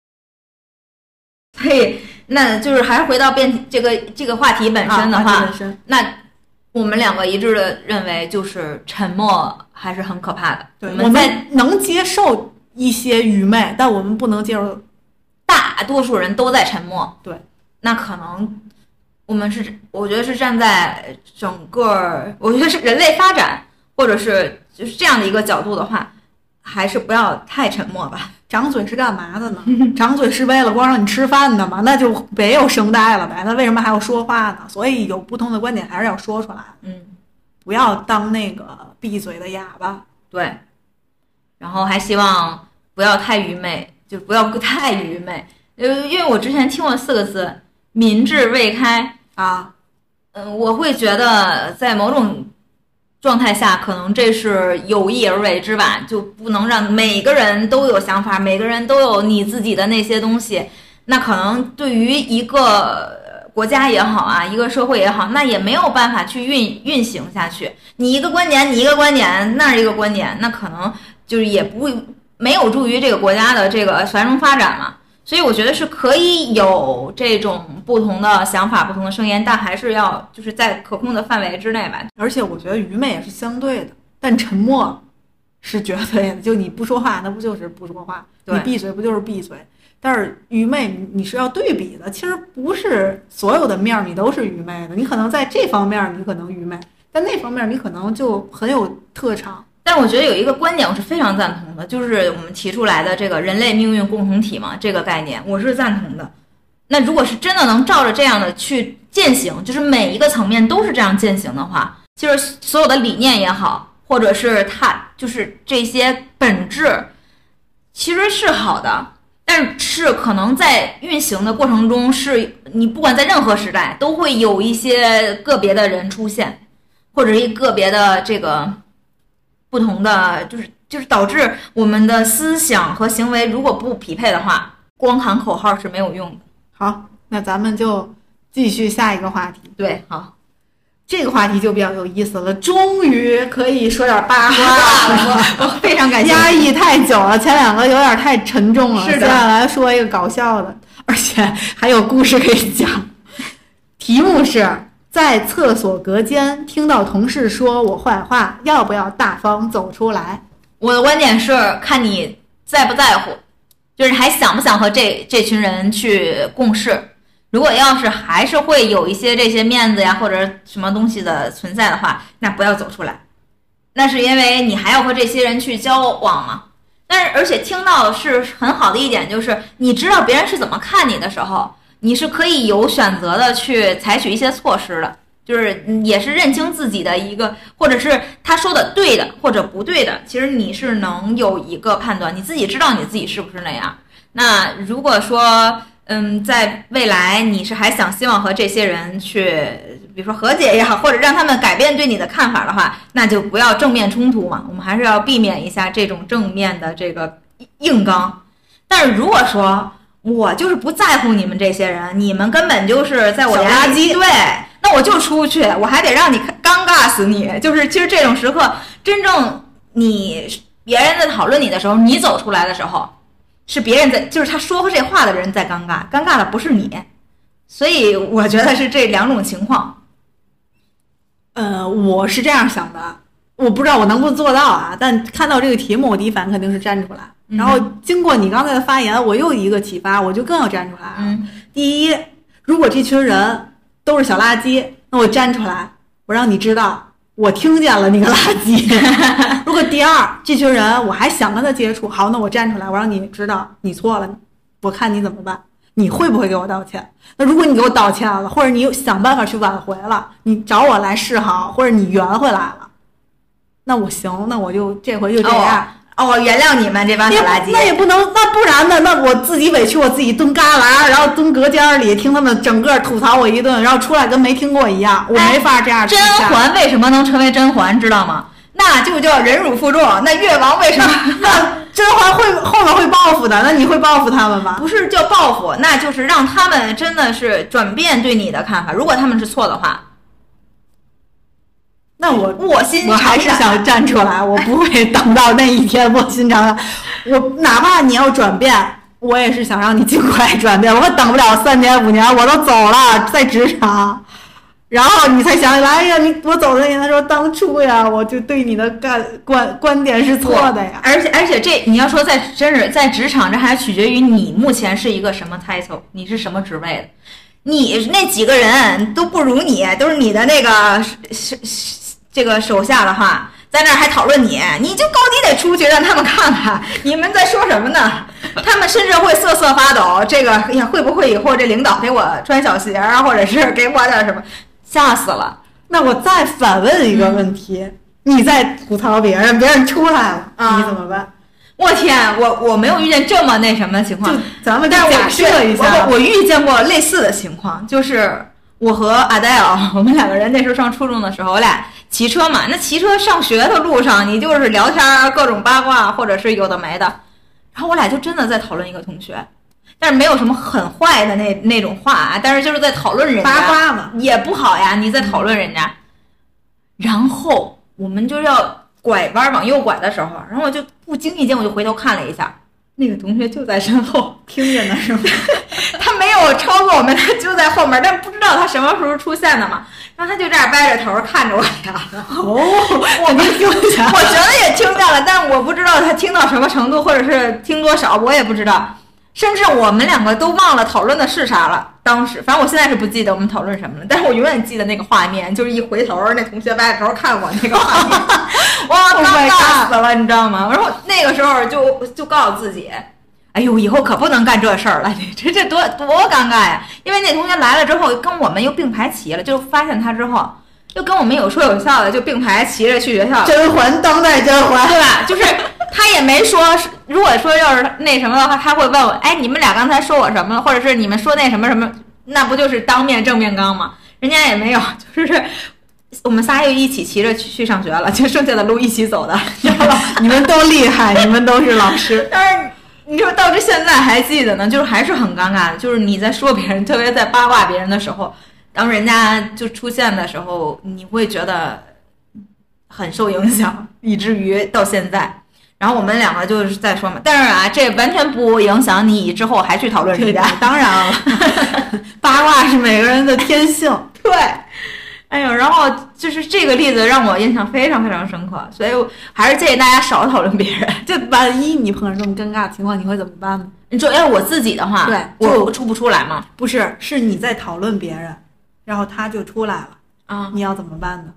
S2: 所以那就是还是回到辩这个这个话题本身的话、啊、那我们两个一致的认为就是沉默还是很可怕的。
S1: 对，
S2: 我们在
S1: 我们能接受一些愚昧，但我们不能接受
S2: 大多数人都在沉默。
S1: 对，
S2: 那可能我们是我觉得是站在整个我觉得是人类发展或者是就是这样的一个角度的话，还是不要太沉默吧。
S1: 长嘴是干嘛的呢？长嘴是为了光让你吃饭的吗？那就别有声带了呗，那为什么还要说话呢？所以有不同的观点还是要说出来。
S2: 嗯，
S1: 不要当那个闭嘴的哑巴。
S2: 对，然后还希望不要太愚昧，就不要太愚昧。呃，因为我之前听过四个字民智未开
S1: 啊，
S2: 嗯、呃，我会觉得在某种状态下可能这是有意而为之吧，就不能让每个人都有想法，每个人都有你自己的那些东西，那可能对于一个国家也好啊，一个社会也好，那也没有办法去运运行下去。你一个观点你一个观点那儿一个观点，那可能就是也不会没有助于这个国家的这个繁荣发展嘛。所以我觉得是可以有这种不同的想法不同的声音，但还是要就是在可控的范围之内吧。
S1: 而且我觉得愚昧也是相对的，但沉默是绝对的，就你不说话那不就是不说话，你闭嘴不就是闭嘴。但是愚昧你是要对比的，其实不是所有的面你都是愚昧的，你可能在这方面你可能愚昧，但那方面你可能就很有特长。
S2: 但我觉得有一个观点我是非常赞同的，就是我们提出来的这个人类命运共同体嘛，这个概念我是赞同的。那如果是真的能照着这样的去践行，就是每一个层面都是这样践行的话，就是所有的理念也好，或者是它就是这些本质其实是好的，但是可能在运行的过程中，是你不管在任何时代都会有一些个别的人出现，或者一个别的这个不同的，就是就是导致我们的思想和行为如果不匹配的话，光喊口号是没有用的。
S1: 好，那咱们就继续下一个话题。
S2: 对，好，
S1: 这个话题就比较有意思了，终于可以说点八卦了。
S2: 我非常感谢。
S1: 压抑太久了，前两个有点太沉重了。
S2: 是的。
S1: 接下来说一个搞笑的，而且还有故事可以讲。题目是在厕所隔间听到同事说我坏话，要不要大方走出来？
S2: 我的观点是看你在不在乎，就是还想不想和这这群人去共事。如果要是还是会有一些这些面子呀或者什么东西的存在的话，那不要走出来。那是因为你还要和这些人去交往嘛。但是而且听到是很好的一点，就是你知道别人是怎么看你的时候，你是可以有选择的去采取一些措施的，就是也是认清自己的一个，或者是他说的对的或者不对的，其实你是能有一个判断，你自己知道你自己是不是那样。那如果说嗯，在未来你是还想希望和这些人去比如说和解也好，或者让他们改变对你的看法的话，那就不要正面冲突嘛，我们还是要避免一下这种正面的这个硬刚。但是如果说我就是不在乎你们这些人，你们根本就是在我眼里
S1: 垃圾，
S2: 对，那我就出去，我还得让你尴尬死你。就是其实这种时刻，真正你别人在讨论你的时候，你走出来的时候，是别人在，就是他说这话的人在尴尬，尴尬的不是你。所以我觉得是这两种情况。
S1: 呃，我是这样想的，我不知道我能不能做到啊，但看到这个题目，我第一反应肯定是站出来。
S2: 嗯、
S1: 然后经过你刚才的发言，我又一个启发，我就更要站出来了。
S2: 嗯、
S1: 第一，如果这群人都是小垃圾，那我站出来，我让你知道我听见了那个垃圾。如果第二，这群人我还想跟他接触，好，那我站出来，我让你知道你错了，我看你怎么办，你会不会给我道歉？那如果你给我道歉了，或者你想办法去挽回了，你找我来示好，或者你圆回来了，那我行，那我就这回就这样。
S2: 哦，我原谅你们这帮小垃圾。
S1: 那也不能，那不然呢？那我自己委屈我自己，蹲旮旯，然后蹲隔间里听他们整个吐槽我一顿，然后出来跟没听过一样，我没法这样。
S2: 甄嬛为什么能成为甄嬛，知道吗？那就叫忍辱负重。那越王为什么？
S1: 那甄嬛会后面会报复的，那你会报复他们吗？
S2: 不是叫报复，那就是让他们真的是转变对你的看法。如果他们是错的话。
S1: 那我
S2: 卧薪
S1: 我还是想站出来，我不会等到那一天卧薪尝胆。我哪怕你要转变，我也是想让你尽快转变。我等不了三年五年，我都走了，在职场，然后你才想起来，哎呀，你我走的那天，他说当初呀，我就对你的干观观点是错的呀。
S2: 而且而且这你要说在真是在职场，这还取决于你目前是一个什么 title， 你是什么职位的。你那几个人都不如你，都是你的那个是是。这个手下的话，在那儿还讨论你，你就高低得出去让他们看看你们在说什么呢？他们甚至会瑟瑟发抖。这个哎呀，会不会以后这领导给我穿小鞋啊，或者是给我点什么？吓死了！
S1: 那我再反问一个问题：嗯、你在吐槽别人，别人出来了，啊、你怎么办？
S2: 我天，我我没有遇见这么那什么的情况。
S1: 咱们再假设一下，
S2: 我我遇见过类似的情况，就是我和阿黛尔，我们两个人那时候上初中的时候，我俩。骑车嘛，那骑车上学的路上，你就是聊天各种八卦，或者是有的没的。然后我俩就真的在讨论一个同学，但是没有什么很坏的那那种话啊，但是就是在讨论人家
S1: 八卦嘛，
S2: 也不好呀，你在讨论人家。然后我们就要拐弯往右拐的时候，然后我就不经意间我就回头看了一下，那个同学就在身后，
S1: 听见的是吗？
S2: 他没有超过我们，他就在后面，但不知道他什么时候出现的嘛。然后他就这样歪着头看着我俩。
S1: 哦，我没听见，
S2: 我觉得也听见了，但我不知道他听到什么程度，或者是听多少，我也不知道。甚至我们两个都忘了讨论的是啥了。当时，反正我现在是不记得我们讨论什么了，但是我永远记得那个画面，就是一回头，那同学歪着头看我那个画面，哇，尴尬死了，你知道吗？然后那个时候就就告诉自己。哎呦，以后可不能干这事儿了！这这多多尴尬呀！因为那同学来了之后，跟我们又并排骑了，就发现他之后，又跟我们有说有笑的，就并排骑着去学校。
S1: 甄嬛当代甄嬛，
S2: 对吧？就是他也没说，如果说要是那什么的话，他会问我，哎，你们俩刚才说我什么了？或者是你们说那什么什么，那不就是当面正面刚吗？人家也没有，就是我们仨又一起骑着去去上学了，就剩下的路一起走的。
S1: 你们都厉害，你们都是老师，
S2: 但是。你说到这现在还记得呢，就是还是很尴尬的。就是你在说别人，特别在八卦别人的时候，当人家就出现的时候，你会觉得很受影响，以至于到现在。然后我们两个就是在说嘛，但是啊，这完全不影响你之后还去讨论人家。
S1: 当然了，八卦是每个人的天性。
S2: 对。哎呦，然后就是这个例子让我印象非常非常深刻，所以还是建议大家少讨论别人。
S1: 就万一你碰上这么尴尬的情况，你会怎么办呢？
S2: 你说要我自己的话，
S1: 对，
S2: 我出不出来吗？
S1: 不是，是你在讨论别人，然后他就出来了
S2: 啊，
S1: 你要怎么办呢？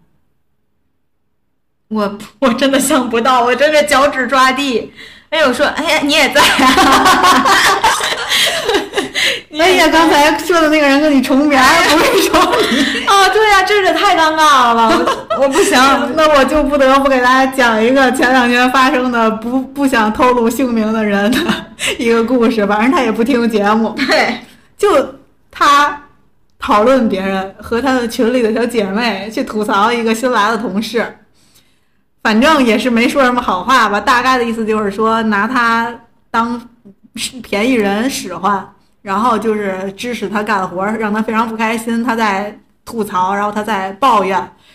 S2: 我我真的想不到，我真的脚趾抓地。哎呦，说，哎呀，你也在啊！
S1: 哎呀，刚才说的那个人跟你重名，不是说你
S2: 啊？对呀、啊，这也太尴尬了吧！我我不行，
S1: 那我就不得不给大家讲一个前两天发生的不不想透露姓名的人的一个故事。反正他也不听节目，
S2: 对，
S1: 就他讨论别人，和他的群里的小姐妹去吐槽一个新来的同事。反正也是没说什么好话吧，大概的意思就是说拿他当便宜人使唤，然后就是指使他干活，让他非常不开心，他在吐槽，然后他在抱怨，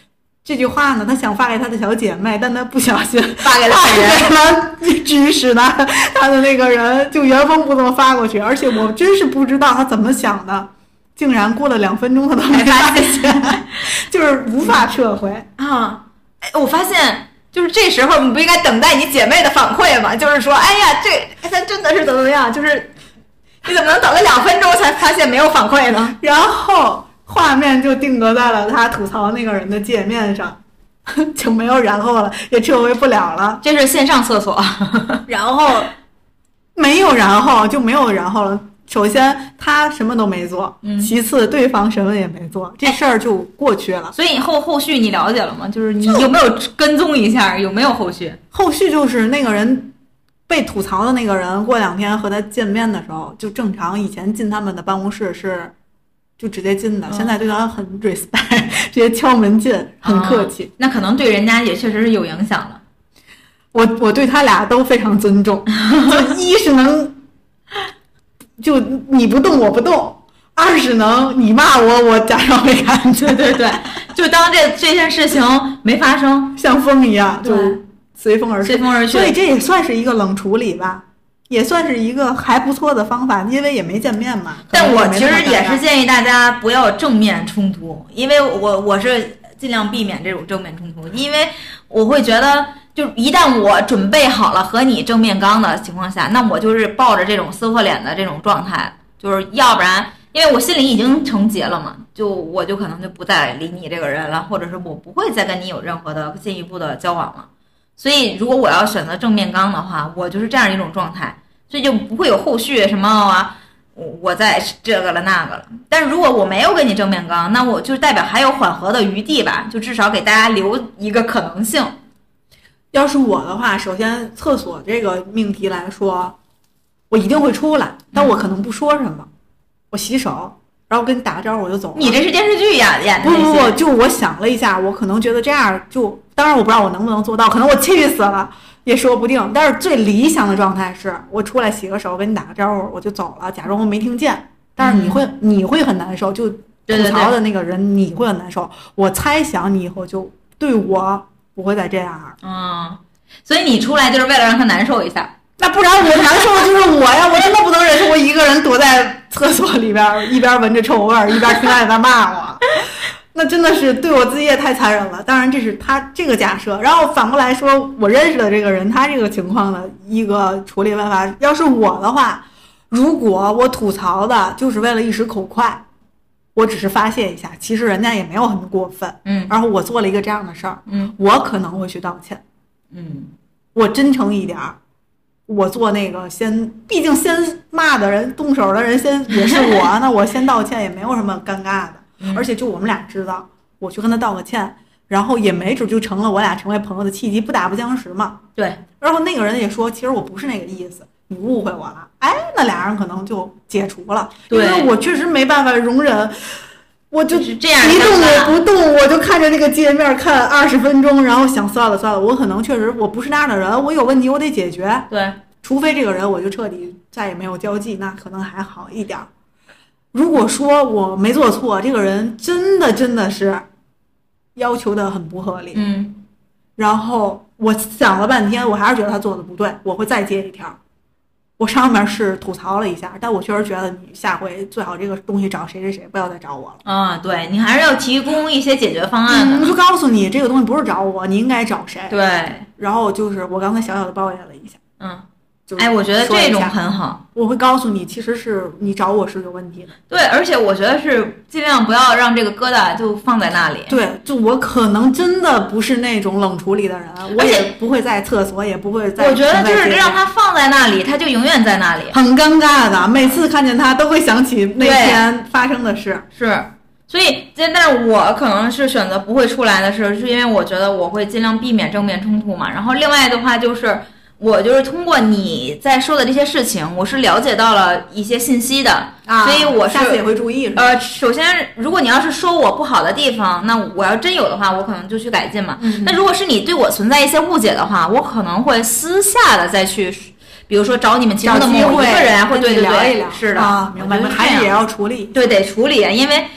S1: 这句话呢，他想发给他的小姐妹，但他不小心
S2: 发给了
S1: 本人，指使呢他的那个人就原封不动发过去，而且我真是不知道他怎么想的，竟然过了两分钟他都没发现，就是无法撤回
S2: 啊！哎，我发现就是这时候你不应该等待你姐妹的反馈吗？就是说，哎呀，这他真的是怎么样？就是你怎么能等了两分钟才发现没有反馈呢？
S1: 然后画面就定格在了他吐槽那个人的界面上，就没有然后了，也撤回不了了。
S2: 这是线上厕所，
S1: 然后没有然后就没有然后了。首先他什么都没做，
S2: 嗯、
S1: 其次对方什么也没做，这事儿就过去了。
S2: 所以后后续你了解了吗？就是你有没有跟踪一下，有没有后续？
S1: 后续就是那个人被吐槽的那个人，过两天和他见面的时候就正常，以前进他们的办公室是就直接进的，
S2: 嗯、
S1: 现在对他很 respect， 直接敲门进，很客气、
S2: 嗯。那可能对人家也确实是有影响了。
S1: 我我对他俩都非常尊重，就一是能就你不动我不动，二是能你骂我我假装没看见，
S2: 对对对，就当这这件事情没发生，
S1: 像风一样就随风而去，
S2: 随风而去。
S1: 所以这也算是一个冷处理吧。也算是一个还不错的方法，因为也没见面嘛。
S2: 但我其实也是建议大家不要正面冲突，因为我我是尽量避免这种正面冲突，因为我会觉得，就一旦我准备好了和你正面刚的情况下，那我就是抱着这种撕破脸的这种状态，就是要不然，因为我心里已经成结了嘛，就我就可能就不再理你这个人了，或者是我不会再跟你有任何的进一步的交往了。所以如果我要选择正面刚的话，我就是这样一种状态。所以就不会有后续什么啊，我在这个了那个了。但是如果我没有跟你正面刚，那我就代表还有缓和的余地吧，就至少给大家留一个可能性。
S1: 要是我的话，首先厕所这个命题来说，我一定会出来，但我可能不说什么，我洗手，然后跟你打个招呼我就走了。
S2: 你这是电视剧呀演的？
S1: 不不不，就我想了一下，我可能觉得这样就，当然我不知道我能不能做到，可能我气死了。也说不定，但是最理想的状态是我出来洗个手，跟你打个招呼，我就走了，假装我没听见。但是你会、嗯、你会很难受，就吐槽的那个人，对对对，你会很难受。我猜想你以后就对我不会再这样。
S2: 嗯，所以你出来就是为了让他难受一下。
S1: 那不然我难受的就是我呀，我真的不能忍受我一个人躲在厕所里边，一边闻着臭味儿，一边听他在那骂我。那真的是对我自己也太残忍了。当然这是他这个假设，然后反过来说我认识的这个人他这个情况的一个处理办法，要是我的话，如果我吐槽的就是为了一时口快，我只是发泄一下，其实人家也没有很过分，
S2: 嗯，
S1: 然后我做了一个这样的事儿，
S2: 嗯，
S1: 我可能会去道歉，
S2: 嗯，
S1: 我真诚一点儿，我做那个先，毕竟先骂的人动手的人先也是我，那我先道歉也没有什么尴尬的。而且就我们俩知道，我去跟他道个歉，然后也没准就成了我俩成为朋友的契机，不打不相识嘛。
S2: 对。
S1: 然后那个人也说，其实我不是那个意思，你误会我了。哎，那俩人可能就解除了。
S2: 对。
S1: 因为我确实没办法容忍，我就
S2: 一这样
S1: 一动也不动，我就看着那个界面看二十分钟，然后想算了算了，我可能确实我不是那样的人，我有问题我得解决。
S2: 对。
S1: 除非这个人我就彻底再也没有交际，那可能还好一点。如果说我没做错，这个人真的真的是要求的很不合理，
S2: 嗯，
S1: 然后我想了半天，我还是觉得他做的不对，我会再接一条。我上面是吐槽了一下，但我确实觉得你下回最好这个东西找谁谁谁，不要再找我了。
S2: 啊，对，你还是要提供一些解决方案的。
S1: 嗯，就告诉你这个东西不是找我，你应该找谁。
S2: 对，
S1: 然后就是我刚才小小的抱怨了一下，
S2: 嗯。哎，我觉得这种很好。
S1: 我会告诉你，其实是你找我是有问题的。
S2: 对，而且我觉得是尽量不要让这个疙瘩就放在那里。
S1: 对，就我可能真的不是那种冷处理的人，我也不会在厕所，也不会在。
S2: 我觉得就是让他放在那里，他就永远在那里，
S1: 很尴尬的。每次看见他，都会想起那天发生的事。
S2: 是，所以，但是我可能是选择不会出来的是，是因为我觉得我会尽量避免正面冲突嘛。然后另外的话就是。我就是通过你在说的这些事情，我是了解到了一些信息的，
S1: 啊、
S2: 所以我是
S1: 下次也会注意。
S2: 呃，首先，如果你要是说我不好的地方，那我要真有的话，我可能就去改进嘛。
S1: 嗯、
S2: 那如果是你对我存在一些误解的话，我可能会私下的再去，比如说找你们其中的某一个人，或对对对，
S1: 聊一聊
S2: 是的，
S1: 啊，明白吗？还是也要处理，
S2: 对，得处理，因为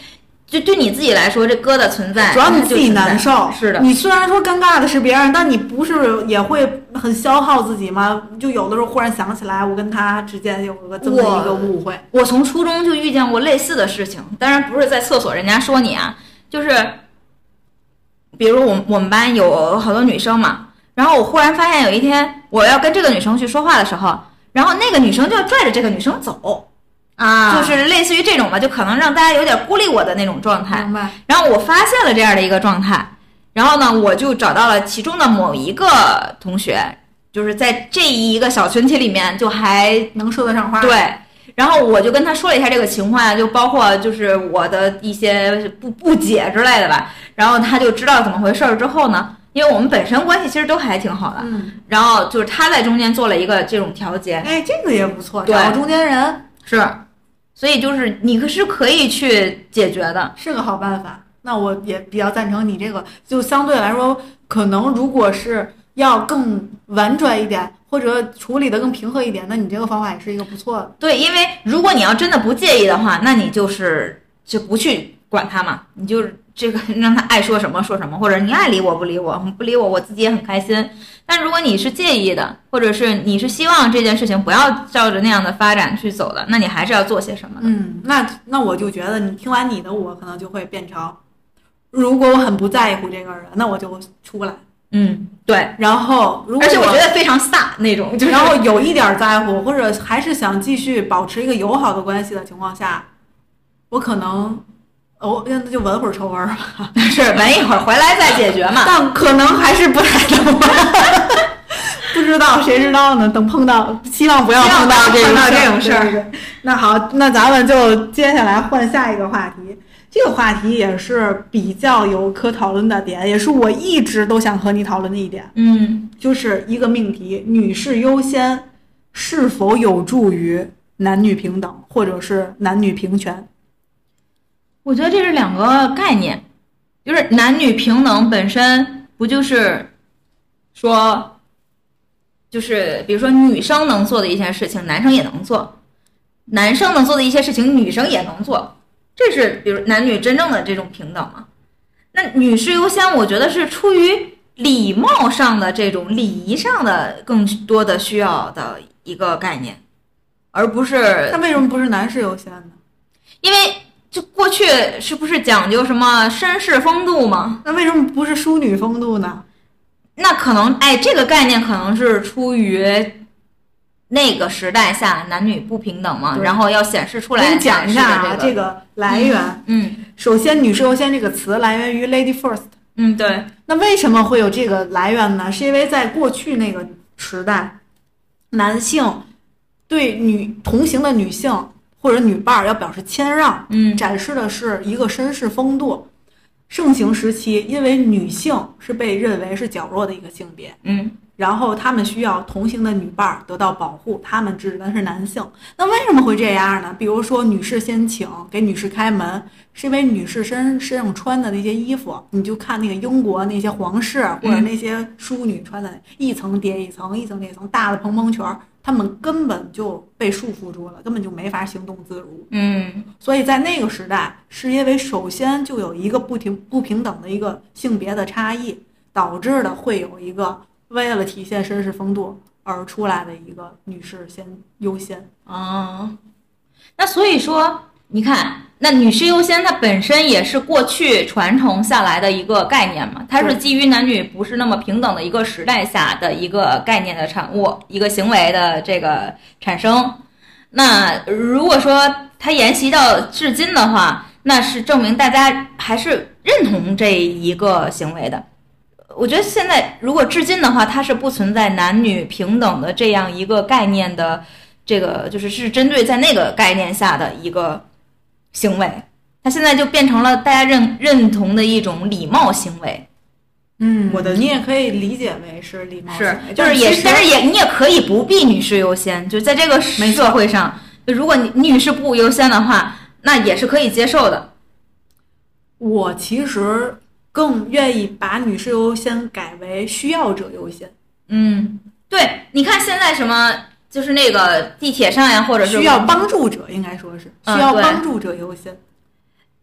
S2: 就对你自己来说，这疙瘩存在，
S1: 主要你自己难受。
S2: 是的，
S1: 你虽然说尴尬的是别人，但你不是也会很消耗自己吗？就有的时候忽然想起来，我跟他之间有个这么一个误会。
S2: 我, 我从初中就遇见过类似的事情，当然不是在厕所人家说你啊，就是比如我我们班有好多女生嘛，然后我忽然发现有一天我要跟这个女生去说话的时候，然后那个女生就要拽着这个女生走。啊，就是类似于这种吧，就可能让大家有点孤立我的那种状态。
S1: 明白。
S2: 然后我发现了这样的一个状态，然后呢，我就找到了其中的某一个同学，就是在这一个小群体里面就还
S1: 能说得上话。
S2: 对。然后我就跟他说了一下这个情况呀，就包括就是我的一些不不解之类的吧。然后他就知道怎么回事之后呢，因为我们本身关系其实都还挺好的，
S1: 嗯。
S2: 然后就是他在中间做了一个这种调节。
S1: 哎，这个也不错，
S2: 对，
S1: 找中间人
S2: 是。所以就是你可是可以去解决的，
S1: 是个好办法。那我也比较赞成你这个，就相对来说，可能如果是要更婉转一点，或者处理的更平和一点，那你这个方法也是一个不错的。
S2: 对，因为如果你要真的不介意的话，那你就是就不去管他嘛，你就这个让他爱说什么说什么，或者你爱理我不理我，不理我我自己也很开心。但如果你是介意的，或者是你是希望这件事情不要照着那样的发展去走的，那你还是要做些什么的。
S1: 嗯，那那我就觉得你听完你的，我可能就会变成，如果我很不在乎这个人，那我就出来。
S2: 嗯，对。
S1: 然后如果
S2: 而且我觉得非常飒那种，就是
S1: 然后有一点在乎，或者还是想继续保持一个友好的关系的情况下，我可能。哦，那就闻会儿臭味儿吧。
S2: 是闻一会儿回来再解决嘛。
S1: 但可能还是不太懂。不知道，谁知道呢？等碰到，希望不要碰到这
S2: 碰到这种事儿。
S1: 那好，那咱们就接下来换下一个话题。这个话题也是比较有可讨论的点，也是我一直都想和你讨论的一点。
S2: 嗯，
S1: 就是一个命题：女士优先是否有助于男女平等，或者是男女平权？
S2: 我觉得这是两个概念，就是男女平等本身不就是说，就是比如说女生能做的一些事情，男生也能做；男生能做的一些事情，女生也能做。这是比如男女真正的这种平等嘛？那女士优先，我觉得是出于礼貌上的这种礼仪上的更多的需要的一个概念，而不是。
S1: 那为什么不是男士优先呢？
S2: 因为。就过去是不是讲究什么绅士风度吗？
S1: 那为什么不是淑女风度呢？
S2: 那可能，哎，这个概念可能是出于那个时代下男女不平等嘛，然后要显示出来。
S1: 我给你讲一下啊，
S2: 这个、
S1: 这个来源。
S2: 嗯，嗯
S1: 首先，女士优先这个词来源于 Lady First。
S2: 嗯，对。
S1: 那为什么会有这个来源呢？是因为在过去那个时代，男性对女同行的女性。或者女伴要表示谦让，
S2: 嗯，
S1: 展示的是一个绅士风度。盛行时期，因为女性是被认为是较弱的一个性别，
S2: 嗯，
S1: 然后他们需要同行的女伴得到保护，他们指的是男性。那为什么会这样呢？比如说女士先请，给女士开门，是因为女士身身上穿的那些衣服，你就看那个英国那些皇室或者那些淑女穿的一层叠一层，一层叠一层，大的蓬蓬裙，他们根本就被束缚住了，根本就没法行动自如。
S2: 嗯，
S1: 所以在那个时代，是因为首先就有一个不平不平等的一个性别的差异，导致的会有一个为了体现绅士风度而出来的一个女士先优先。
S2: 哦，那所以说你看，那女士优先它本身也是过去传承下来的一个概念嘛，它是基于男女不是那么平等的一个时代下的一个概念的产物，一个行为的这个产生。那如果说它沿袭到至今的话，那是证明大家还是认同这一个行为的。我觉得现在如果至今的话，它是不存在男女平等的这样一个概念的，这个就是是针对在那个概念下的一个行为，它现在就变成了大家认认同的一种礼貌行为。
S1: 嗯，我的你也可以理解为是礼貌行为，
S2: 是就是也但是也你也可以不必女士优先，就在这个社会上，如果你女士不优先的话，那也是可以接受的。
S1: 我其实更愿意把女士优先改为需要者优先。
S2: 嗯，对，你看现在什么就是那个地铁上呀，或者是
S1: 需要帮助者，应该说是需要帮助者优先。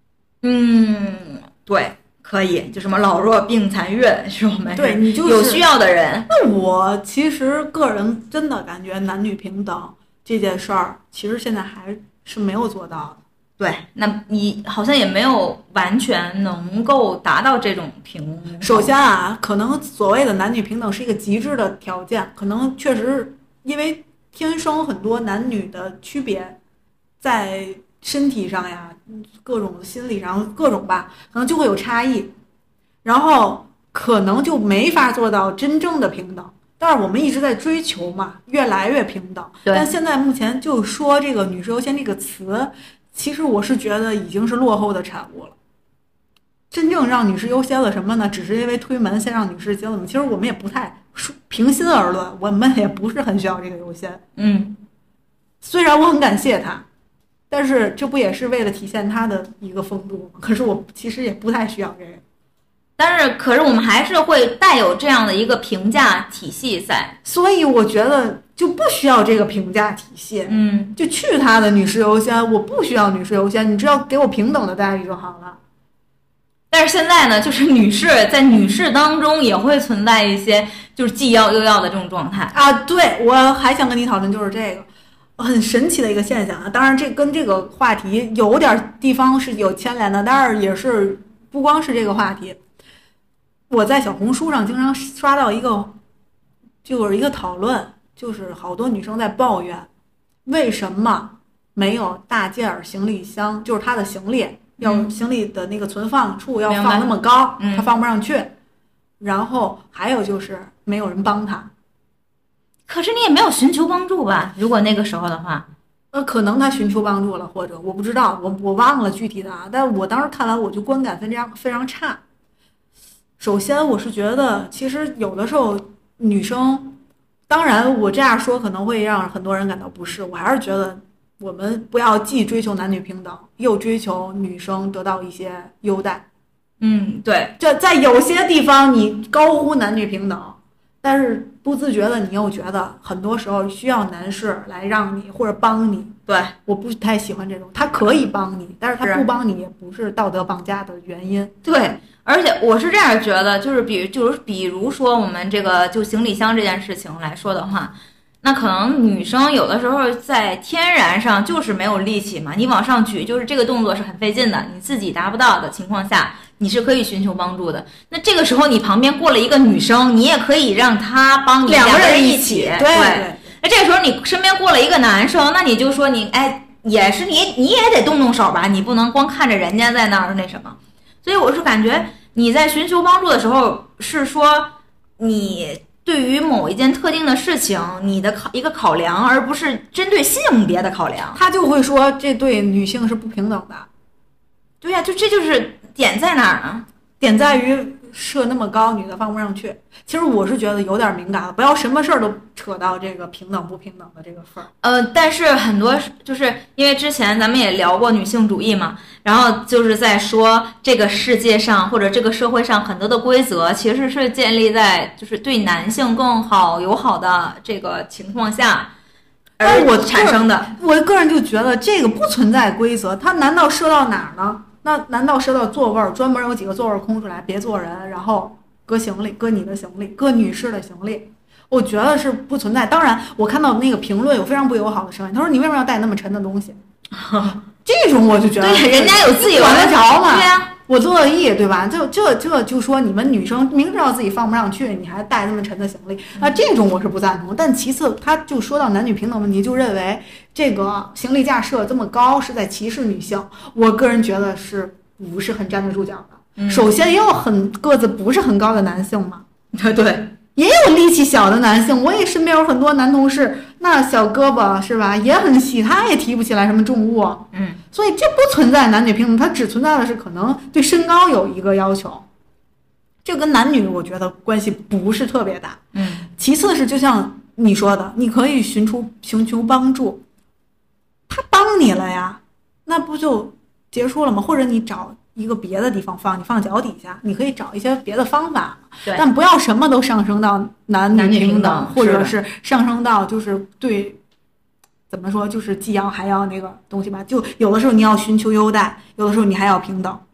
S2: 嗯，对，可以，就什么老弱病残孕是我们
S1: 对你就是
S2: 有需要的人。
S1: 那我其实个人真的感觉男女平等这件事儿，其实现在还是没有做到的。
S2: 对，那你好像也没有完全能够达到这种平衡。
S1: 首先啊，可能所谓的男女平等是一个极致的条件，可能确实因为天生很多男女的区别，在身体上呀，各种心理上各种吧，可能就会有差异，然后可能就没法做到真正的平等。但是我们一直在追求嘛，越来越平等。但现在目前就说这个女士优先这个词，其实我是觉得已经是落后的产物了。真正让女士优先了什么呢？只是因为推门先让女士先了嘛。其实我们也不太平心而论，我们也不是很需要这个优先。
S2: 嗯，
S1: 虽然我很感谢她，但是这不也是为了体现她的一个风度吗？可是我其实也不太需要这个。
S2: 但是可是我们还是会带有这样的一个评价体系在，
S1: 所以我觉得就不需要这个评价体系。
S2: 嗯，
S1: 就去他的女士优先，我不需要女士优先，你只要给我平等的待遇就好了。
S2: 但是现在呢，就是女士在女士当中也会存在一些就是既要又要的这种状态
S1: 啊。对，我还想跟你讨论就是这个很神奇的一个现象啊。当然这跟这个话题有点地方是有牵连的，但是也是不光是这个话题。我在小红书上经常刷到一个就是一个讨论，就是好多女生在抱怨为什么没有大件儿行李箱，就是她的行李要行李的那个存放处要放那么高，她放不上去。然后还有就是没有人帮她。
S2: 可是你也没有寻求帮助吧？如果那个时候的话，
S1: 呃，可能她寻求帮助了，或者我不知道，我我忘了具体的啊。但我当时看来，我就观感非常非常差。首先，我是觉得其实有的时候女生，当然我这样说可能会让很多人感到不适，我还是觉得我们不要既追求男女平等，又追求女生得到一些优待。
S2: 嗯，对，
S1: 这在有些地方你高呼男女平等，但是不自觉的你又觉得很多时候需要男士来让你或者帮你。
S2: 对，
S1: 我不太喜欢这种，他可以帮你，但是他不帮你也不是道德绑架的原因。
S2: 对，而且我是这样觉得，就是比就是比如说我们这个就行李箱这件事情来说的话，那可能女生有的时候在天然上就是没有力气嘛，你往上举就是这个动作是很费劲的，你自己达不到的情况下，你是可以寻求帮助的。那这个时候你旁边过了一个女生，你也可以让她帮你，
S1: 两
S2: 个
S1: 人
S2: 一起。
S1: 对对。
S2: 那这个时候你身边过了一个男生，那你就说你哎也是你你也得动动手吧，你不能光看着人家在那儿那什么。所以我是感觉你在寻求帮助的时候，是说你对于某一件特定的事情你的考一个考量，而不是针对性别的考量。
S1: 他就会说这对女性是不平等的。
S2: 对呀、啊，就这就是点在哪儿呢？
S1: 点在于设那么高，女的放不上去。其实我是觉得有点敏感了，不要什么事儿都扯到这个平等不平等的这个份儿。
S2: 呃，但是很多就是因为之前咱们也聊过女性主义嘛，然后就是在说这个世界上或者这个社会上很多的规则其实是建立在就是对男性更好友好的这个情况下而我产生的。
S1: 我个人就觉得这个不存在规则，它难道设到哪儿呢？那难道设到座位儿，专门有几个座位空出来别坐人，然后搁行李，搁你的行李，搁女士的行李？我觉得是不存在。当然我看到那个评论有非常不友好的声音，他说你为什么要带那么沉的东西？这种我就觉得
S2: 对，人家有自由，
S1: 管得着吗？
S2: 对呀，
S1: 我乐意，对吧？就这这就说你们女生明知道自己放不上去，你还带那么沉的行李，那这种我是不赞同。但其次，他就说到男女平等问题，就认为这个行李架设这么高是在歧视女性。我个人觉得是不是很站得住脚的？
S2: 嗯、
S1: 首先也有很个子不是很高的男性嘛，
S2: 对。
S1: 也有力气小的男性，我也身边有很多男同事，那小胳膊是吧，也很细，他也提不起来什么重物。
S2: 嗯，
S1: 所以这不存在男女平等，它只存在的是可能对身高有一个要求，这跟男女我觉得关系不是特别大。
S2: 嗯，
S1: 其次是就像你说的，你可以寻求寻求帮助，他帮你了呀，那不就结束了吗？或者你找一个别的地方放，你放脚底下，你可以找一些别的方法，但不要什么都上升到男女平等，或者是上升到就是对，怎么说，就是既要还要那个东西吧。就有的时候你要寻求优待，有的时候你还要平等。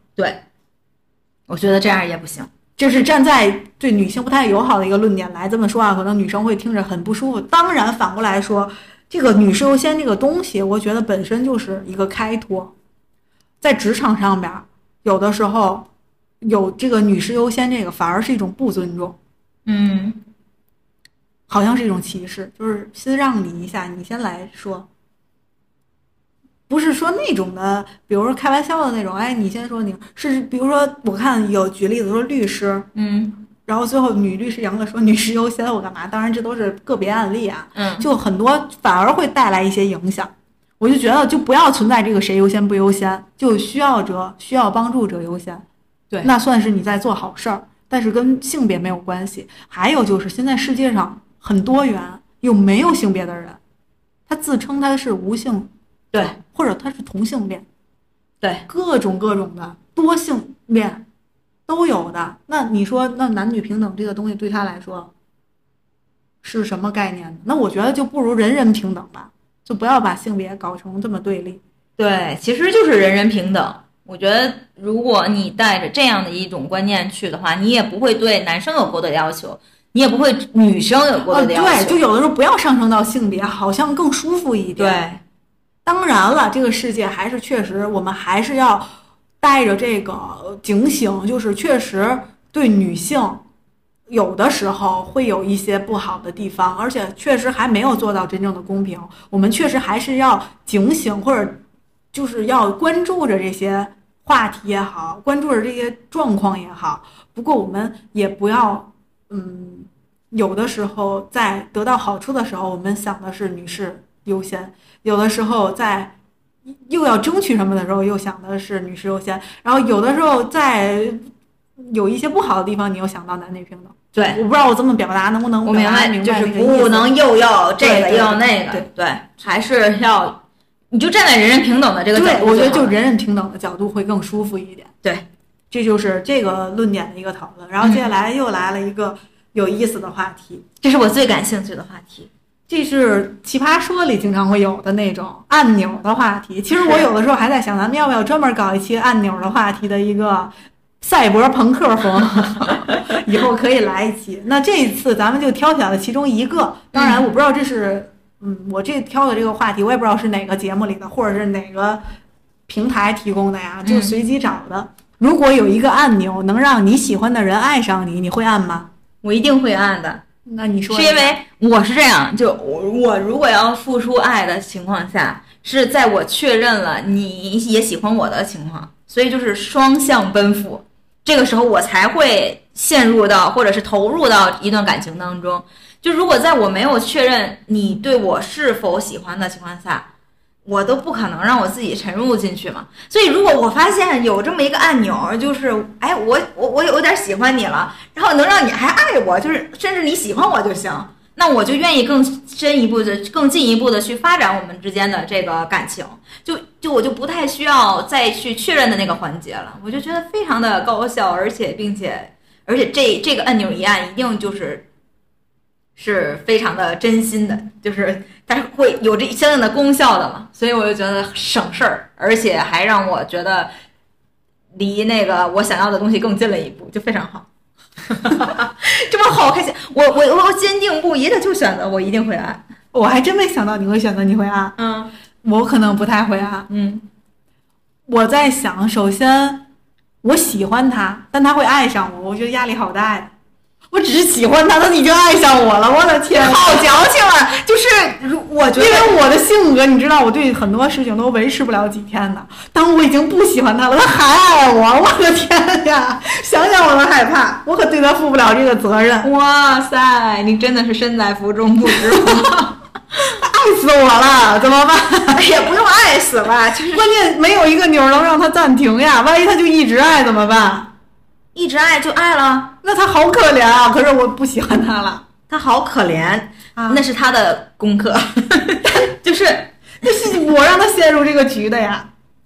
S2: 对，我觉得这样也不行。
S1: 这是站在对女性不太友好的一个论点来这么说啊，可能女生会听着很不舒服。当然反过来说，这个女士优先这个东西，我觉得本身就是一个开脱。在职场上边，有的时候有这个女士优先这个，反而是一种不尊重。
S2: 嗯，
S1: 好像是一种歧视，就是先让你一下，你先来说。不是说那种的，比如说开玩笑的那种，哎，你先说你是，比如说我看有举例子说律师，
S2: 嗯，
S1: 然后最后女律师赢了，说女士优先，我干嘛？当然这都是个别案例啊，
S2: 嗯，
S1: 就很多反而会带来一些影响。我就觉得就不要存在这个谁优先不优先，就需要者需要帮助者优先，
S2: 对，
S1: 那算是你在做好事儿，但是跟性别没有关系。还有就是现在世界上很多元又没有性别的人，他自称他是无性。
S2: 对，
S1: 或者他是同性恋，
S2: 对，
S1: 各种各种的多性恋都有的。那你说，那男女平等这个东西对他来说是什么概念呢？那我觉得就不如人人平等吧，就不要把性别搞成这么对立。
S2: 对，其实就是人人平等。我觉得如果你带着这样的一种观念去的话，你也不会对男生有过多的要求，你也不会女生有过多的要求。
S1: 呃、对，就有的时候不要上升到性别，好像更舒服一点。
S2: 对。
S1: 当然了，这个世界还是确实，我们还是要带着这个警醒，就是确实对女性有的时候会有一些不好的地方，而且确实还没有做到真正的公平。我们确实还是要警醒，或者就是要关注着这些话题也好，关注着这些状况也好。不过我们也不要，嗯，有的时候在得到好处的时候，我们想的是女士优先。有的时候在又要争取什么的时候，又想的是女士优先，然后有的时候在有一些不好的地方，你又想到男女平等。
S2: 对，
S1: 我不知道我这么表达能不能
S2: 我明白，
S1: 明白
S2: 就是不能又要这个又要那个，
S1: 对
S2: 对, 对，还是要你就站在人人平等的这个角度，
S1: 对，我觉得就人人平等的角度会更舒服一点。
S2: 对，
S1: 这就是这个论点的一个讨论。然后接下来又来了一个有意思的话题，
S2: 嗯、这是我最感兴趣的话题。
S1: 这是奇葩说里经常会有的那种按钮的话题。其实我有的时候还在想，咱们要不要专门搞一期按钮的话题的一个赛博朋克风，以后可以来一期。那这一次咱们就挑选了其中一个，当然我不知道这是，嗯，我这挑的这个话题我也不知道是哪个节目里的，或者是哪个平台提供的呀，就随机找的。嗯、如果有一个按钮能让你喜欢的人爱上你，你会按吗？
S2: 我一定会按的。
S1: 那你说，
S2: 是因为我是这样，就我我如果要付出爱的情况下，是在我确认了你也喜欢我的情况，所以就是双向奔赴，这个时候我才会陷入到或者是投入到一段感情当中。就如果在我没有确认你对我是否喜欢的情况下，我都不可能让我自己沉入进去嘛。所以如果我发现有这么一个按钮，就是哎我我我有点喜欢你了，然后能让你还爱我，就是甚至你喜欢我就行，那我就愿意更深一步的更进一步的去发展我们之间的这个感情，就就我就不太需要再去确认的那个环节了。我就觉得非常的高效，而且并且而且这这个按钮一按一定就是是非常的真心的，就是它会有这相应的功效的嘛，所以我就觉得省事儿，而且还让我觉得离那个我想要的东西更近了一步，就非常好。这么好开心，我我我坚定不移的就选择我一定会按。
S1: 我还真没想到你会选择你会按，
S2: 嗯，
S1: 我可能不太会按，
S2: 嗯，
S1: 我在想，首先我喜欢他，但他会爱上我，我觉得压力好大呀。我只是喜欢他，他已经爱上我了，我的天，
S2: 好矫情啊！就是我觉得，
S1: 因为我的性格，你知道，我对很多事情都维持不了几天的。当我已经不喜欢他了，他还爱我，我的天呀！想想我都害怕，我可对他负不了这个责任。
S2: 哇塞，你真的是身在福中不知福。
S1: 爱死我了，怎么办？
S2: 也不用爱死吧，就是
S1: 关键没有一个钮能让他暂停呀，万一他就一直爱怎么办？
S2: 一直爱就爱了，
S1: 那他好可怜啊！可是我不喜欢他了，
S2: 他好可怜，啊、那是他的功课，就是
S1: 那是我让他陷入这个局的呀。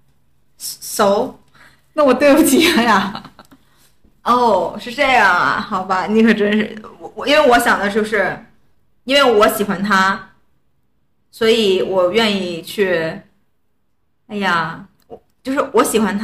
S2: So，
S1: 那我对不起他呀。
S2: 哦，是这样啊，好吧，你可真是我我，因为我想的就是，因为我喜欢他，所以我愿意去。哎呀，就是我喜欢他。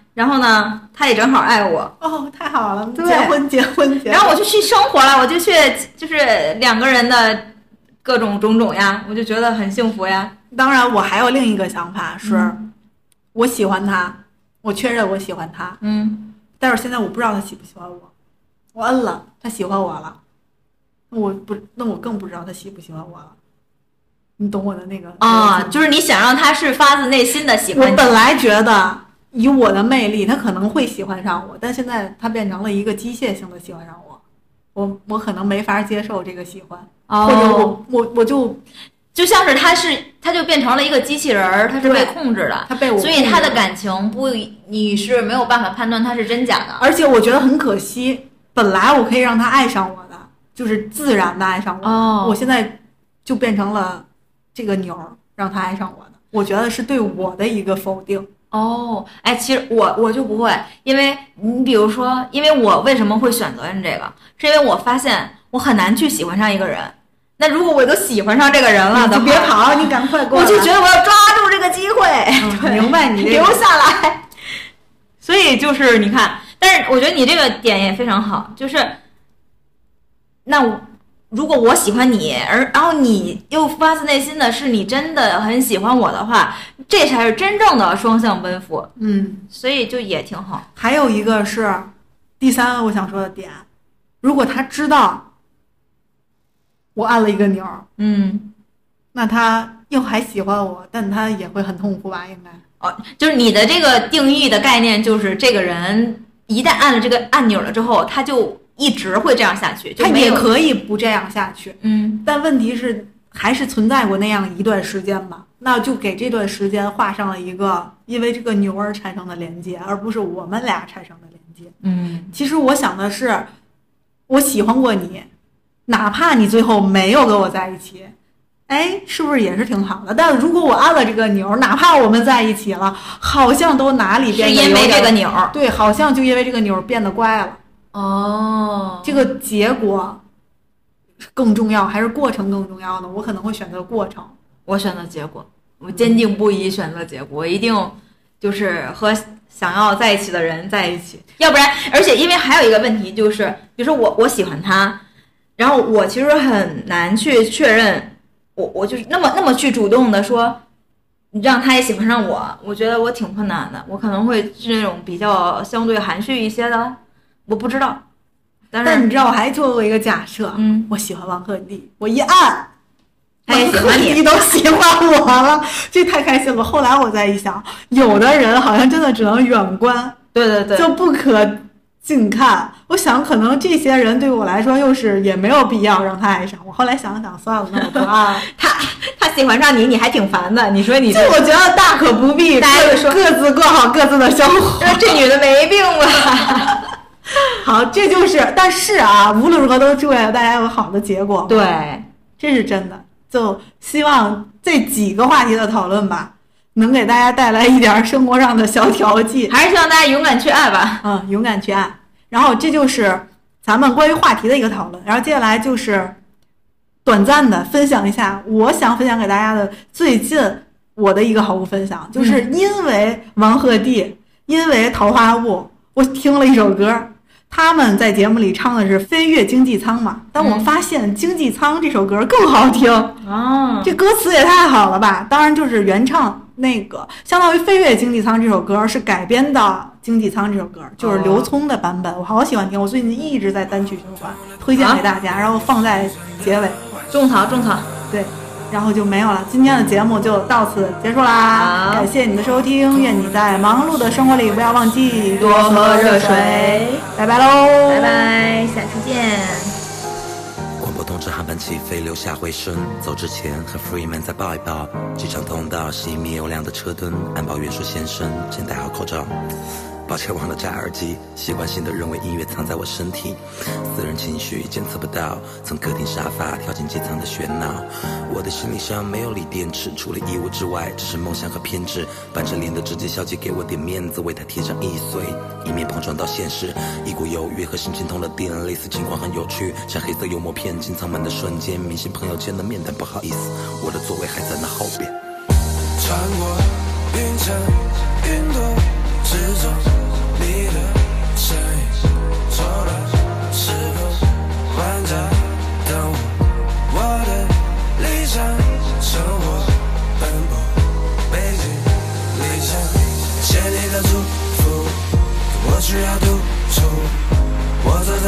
S2: 然后呢，他也正好爱我。
S1: 哦，太好了，
S2: 对
S1: 结婚结婚结婚。
S2: 然后我就去生活了，我就去就是两个人的各种种种呀，我就觉得很幸福呀。
S1: 当然，我还有另一个想法是，
S2: 嗯、
S1: 我喜欢他，我确认我喜欢他，
S2: 嗯，
S1: 但是现在我不知道他喜不喜欢我，我摁了，他喜欢我了，我不，那我更不知道他喜不喜欢我了。你懂我的那个
S2: 啊，就是你想让他是发自内心的喜欢你。
S1: 我本来觉得以我的魅力，他可能会喜欢上我，但现在他变成了一个机械性的喜欢上我，我我可能没法接受这个喜欢，
S2: 哦、
S1: 或者我我我就
S2: 就像是他是他就变成了一个机器人儿，他是被控制的，
S1: 他被我控制，
S2: 所以他的感情不你是没有办法判断他是真假的。
S1: 而且我觉得很可惜，本来我可以让他爱上我的，就是自然的爱上我，
S2: 哦、
S1: 我现在就变成了这个钮儿让他爱上我的，我觉得是对我的一个否定。
S2: 哦，哎，其实我我就不会，因为你比如说，因为我为什么会选择用这个，是因为我发现我很难去喜欢上一个人。那如果我都喜欢上这个人了的话，
S1: 你别跑，你赶快过来，
S2: 我就觉得我要抓住这个机会，
S1: 嗯、明白你、这个、
S2: 留下来。所以就是你看，但是我觉得你这个点也非常好，就是那我。如果我喜欢你，而然后你又发自内心的是你真的很喜欢我的话，这才是真正的双向奔赴。
S1: 嗯，
S2: 所以就也挺好。
S1: 还有一个是第三个我想说的点，如果他知道我按了一个钮，
S2: 嗯，
S1: 那他又还喜欢我，但他也会很痛苦吧？应该
S2: 哦，就是你的这个定义的概念，就是这个人一旦按了这个按钮了之后，他就一直会这样下去，
S1: 他也可以不这样下去，
S2: 嗯，
S1: 但问题是还是存在过那样一段时间吧，那就给这段时间画上了一个因为这个牛儿产生的连接，而不是我们俩产生的连接。
S2: 嗯，
S1: 其实我想的是，我喜欢过你，哪怕你最后没有跟我在一起，哎，是不是也是挺好的？但如果我按了这个钮，哪怕我们在一起了，好像都哪里变得
S2: 是因为这个钮，
S1: 对，好像就因为这个钮变得乖了。
S2: 哦，
S1: 这个结果更重要还是过程更重要呢？我可能会选择过程。
S2: 我选择结果，我坚定不移选择结果，我一定就是和想要在一起的人在一起，要不然，而且因为还有一个问题就是，比如说我我喜欢他，然后我其实很难去确认，我我就是那么那么去主动的说，让他也喜欢上我，我觉得我挺困难的，我可能会是那种比较相对含蓄一些的。我不知道，但是
S1: 但你知道我还做过一个假设，
S2: 嗯，
S1: 我喜欢王鹤棣，我一按，
S2: 他也喜欢你，
S1: 你都喜欢我了，这太开心了。后来我再一想，有的人好像真的只能远观，
S2: 对对对，
S1: 就不可近看。我想可能这些人对我来说又是也没有必要让他爱上我。后来想想算了，那我不按了。
S2: 他他喜欢上你，你还挺烦的。你说你
S1: 这，我觉得大可不必，
S2: 大家就说
S1: 各自过好各自的生活。
S2: 这女的没病吧？
S1: 好，这就是，但是啊，无论如何都祝愿大家有好的结果。
S2: 对，
S1: 这是真的。就希望这几个话题的讨论吧，能给大家带来一点生活上的小调剂。
S2: 还是希望大家勇敢去爱吧。
S1: 嗯，勇敢去爱。然后这就是咱们关于话题的一个讨论。然后接下来就是短暂的分享一下，我想分享给大家的最近我的一个好物分享，就是因为王鹤棣，因为桃花坞，我听了一首歌。他们在节目里唱的是《飞越经济舱》嘛，但我发现《经济舱》这首歌更好听
S2: 哦，
S1: 这歌词也太好了吧！当然就是原唱那个，相当于《飞越经济舱》这首歌是改编的《经济舱》这首歌，就是刘聪的版本，我好喜欢听，我最近一直在单曲循环，推荐给大家，然后放在结尾。
S2: 种草种草，
S1: 对。然后就没有了，今天的节目就到此结束啦！感谢你的收听，愿你在忙碌的生活里不要忘记
S2: 多喝热水。
S1: 拜拜喽，
S2: 拜拜，下次见。
S3: 广播通知航班起飞，留下回声。走之前和 Freeman 再抱一抱。机场通道熄灭有亮的车灯，安保员说先生，请戴好口罩。抱歉忘了摘耳机，习惯性的认为音乐藏在我身体，私人情绪监测不到，从客厅沙发跳进机舱的喧闹。我的行李箱没有锂电池，除了衣物之外只是梦想和偏执。板着脸的直接小姐给我点面子，为她贴上易碎，以免碰撞到现实。一股犹豫和心情通了电，类似情况很有趣，像黑色幽默片进舱门的瞬间，明星朋友见了面，但不好意思，我的座位还在那后边。
S4: 穿过云层云朵之中，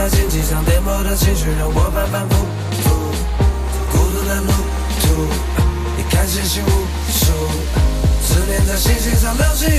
S4: 在经济上颠簸的情绪让我反反复复，孤独的路途，你看星星无数，思念在星星上流星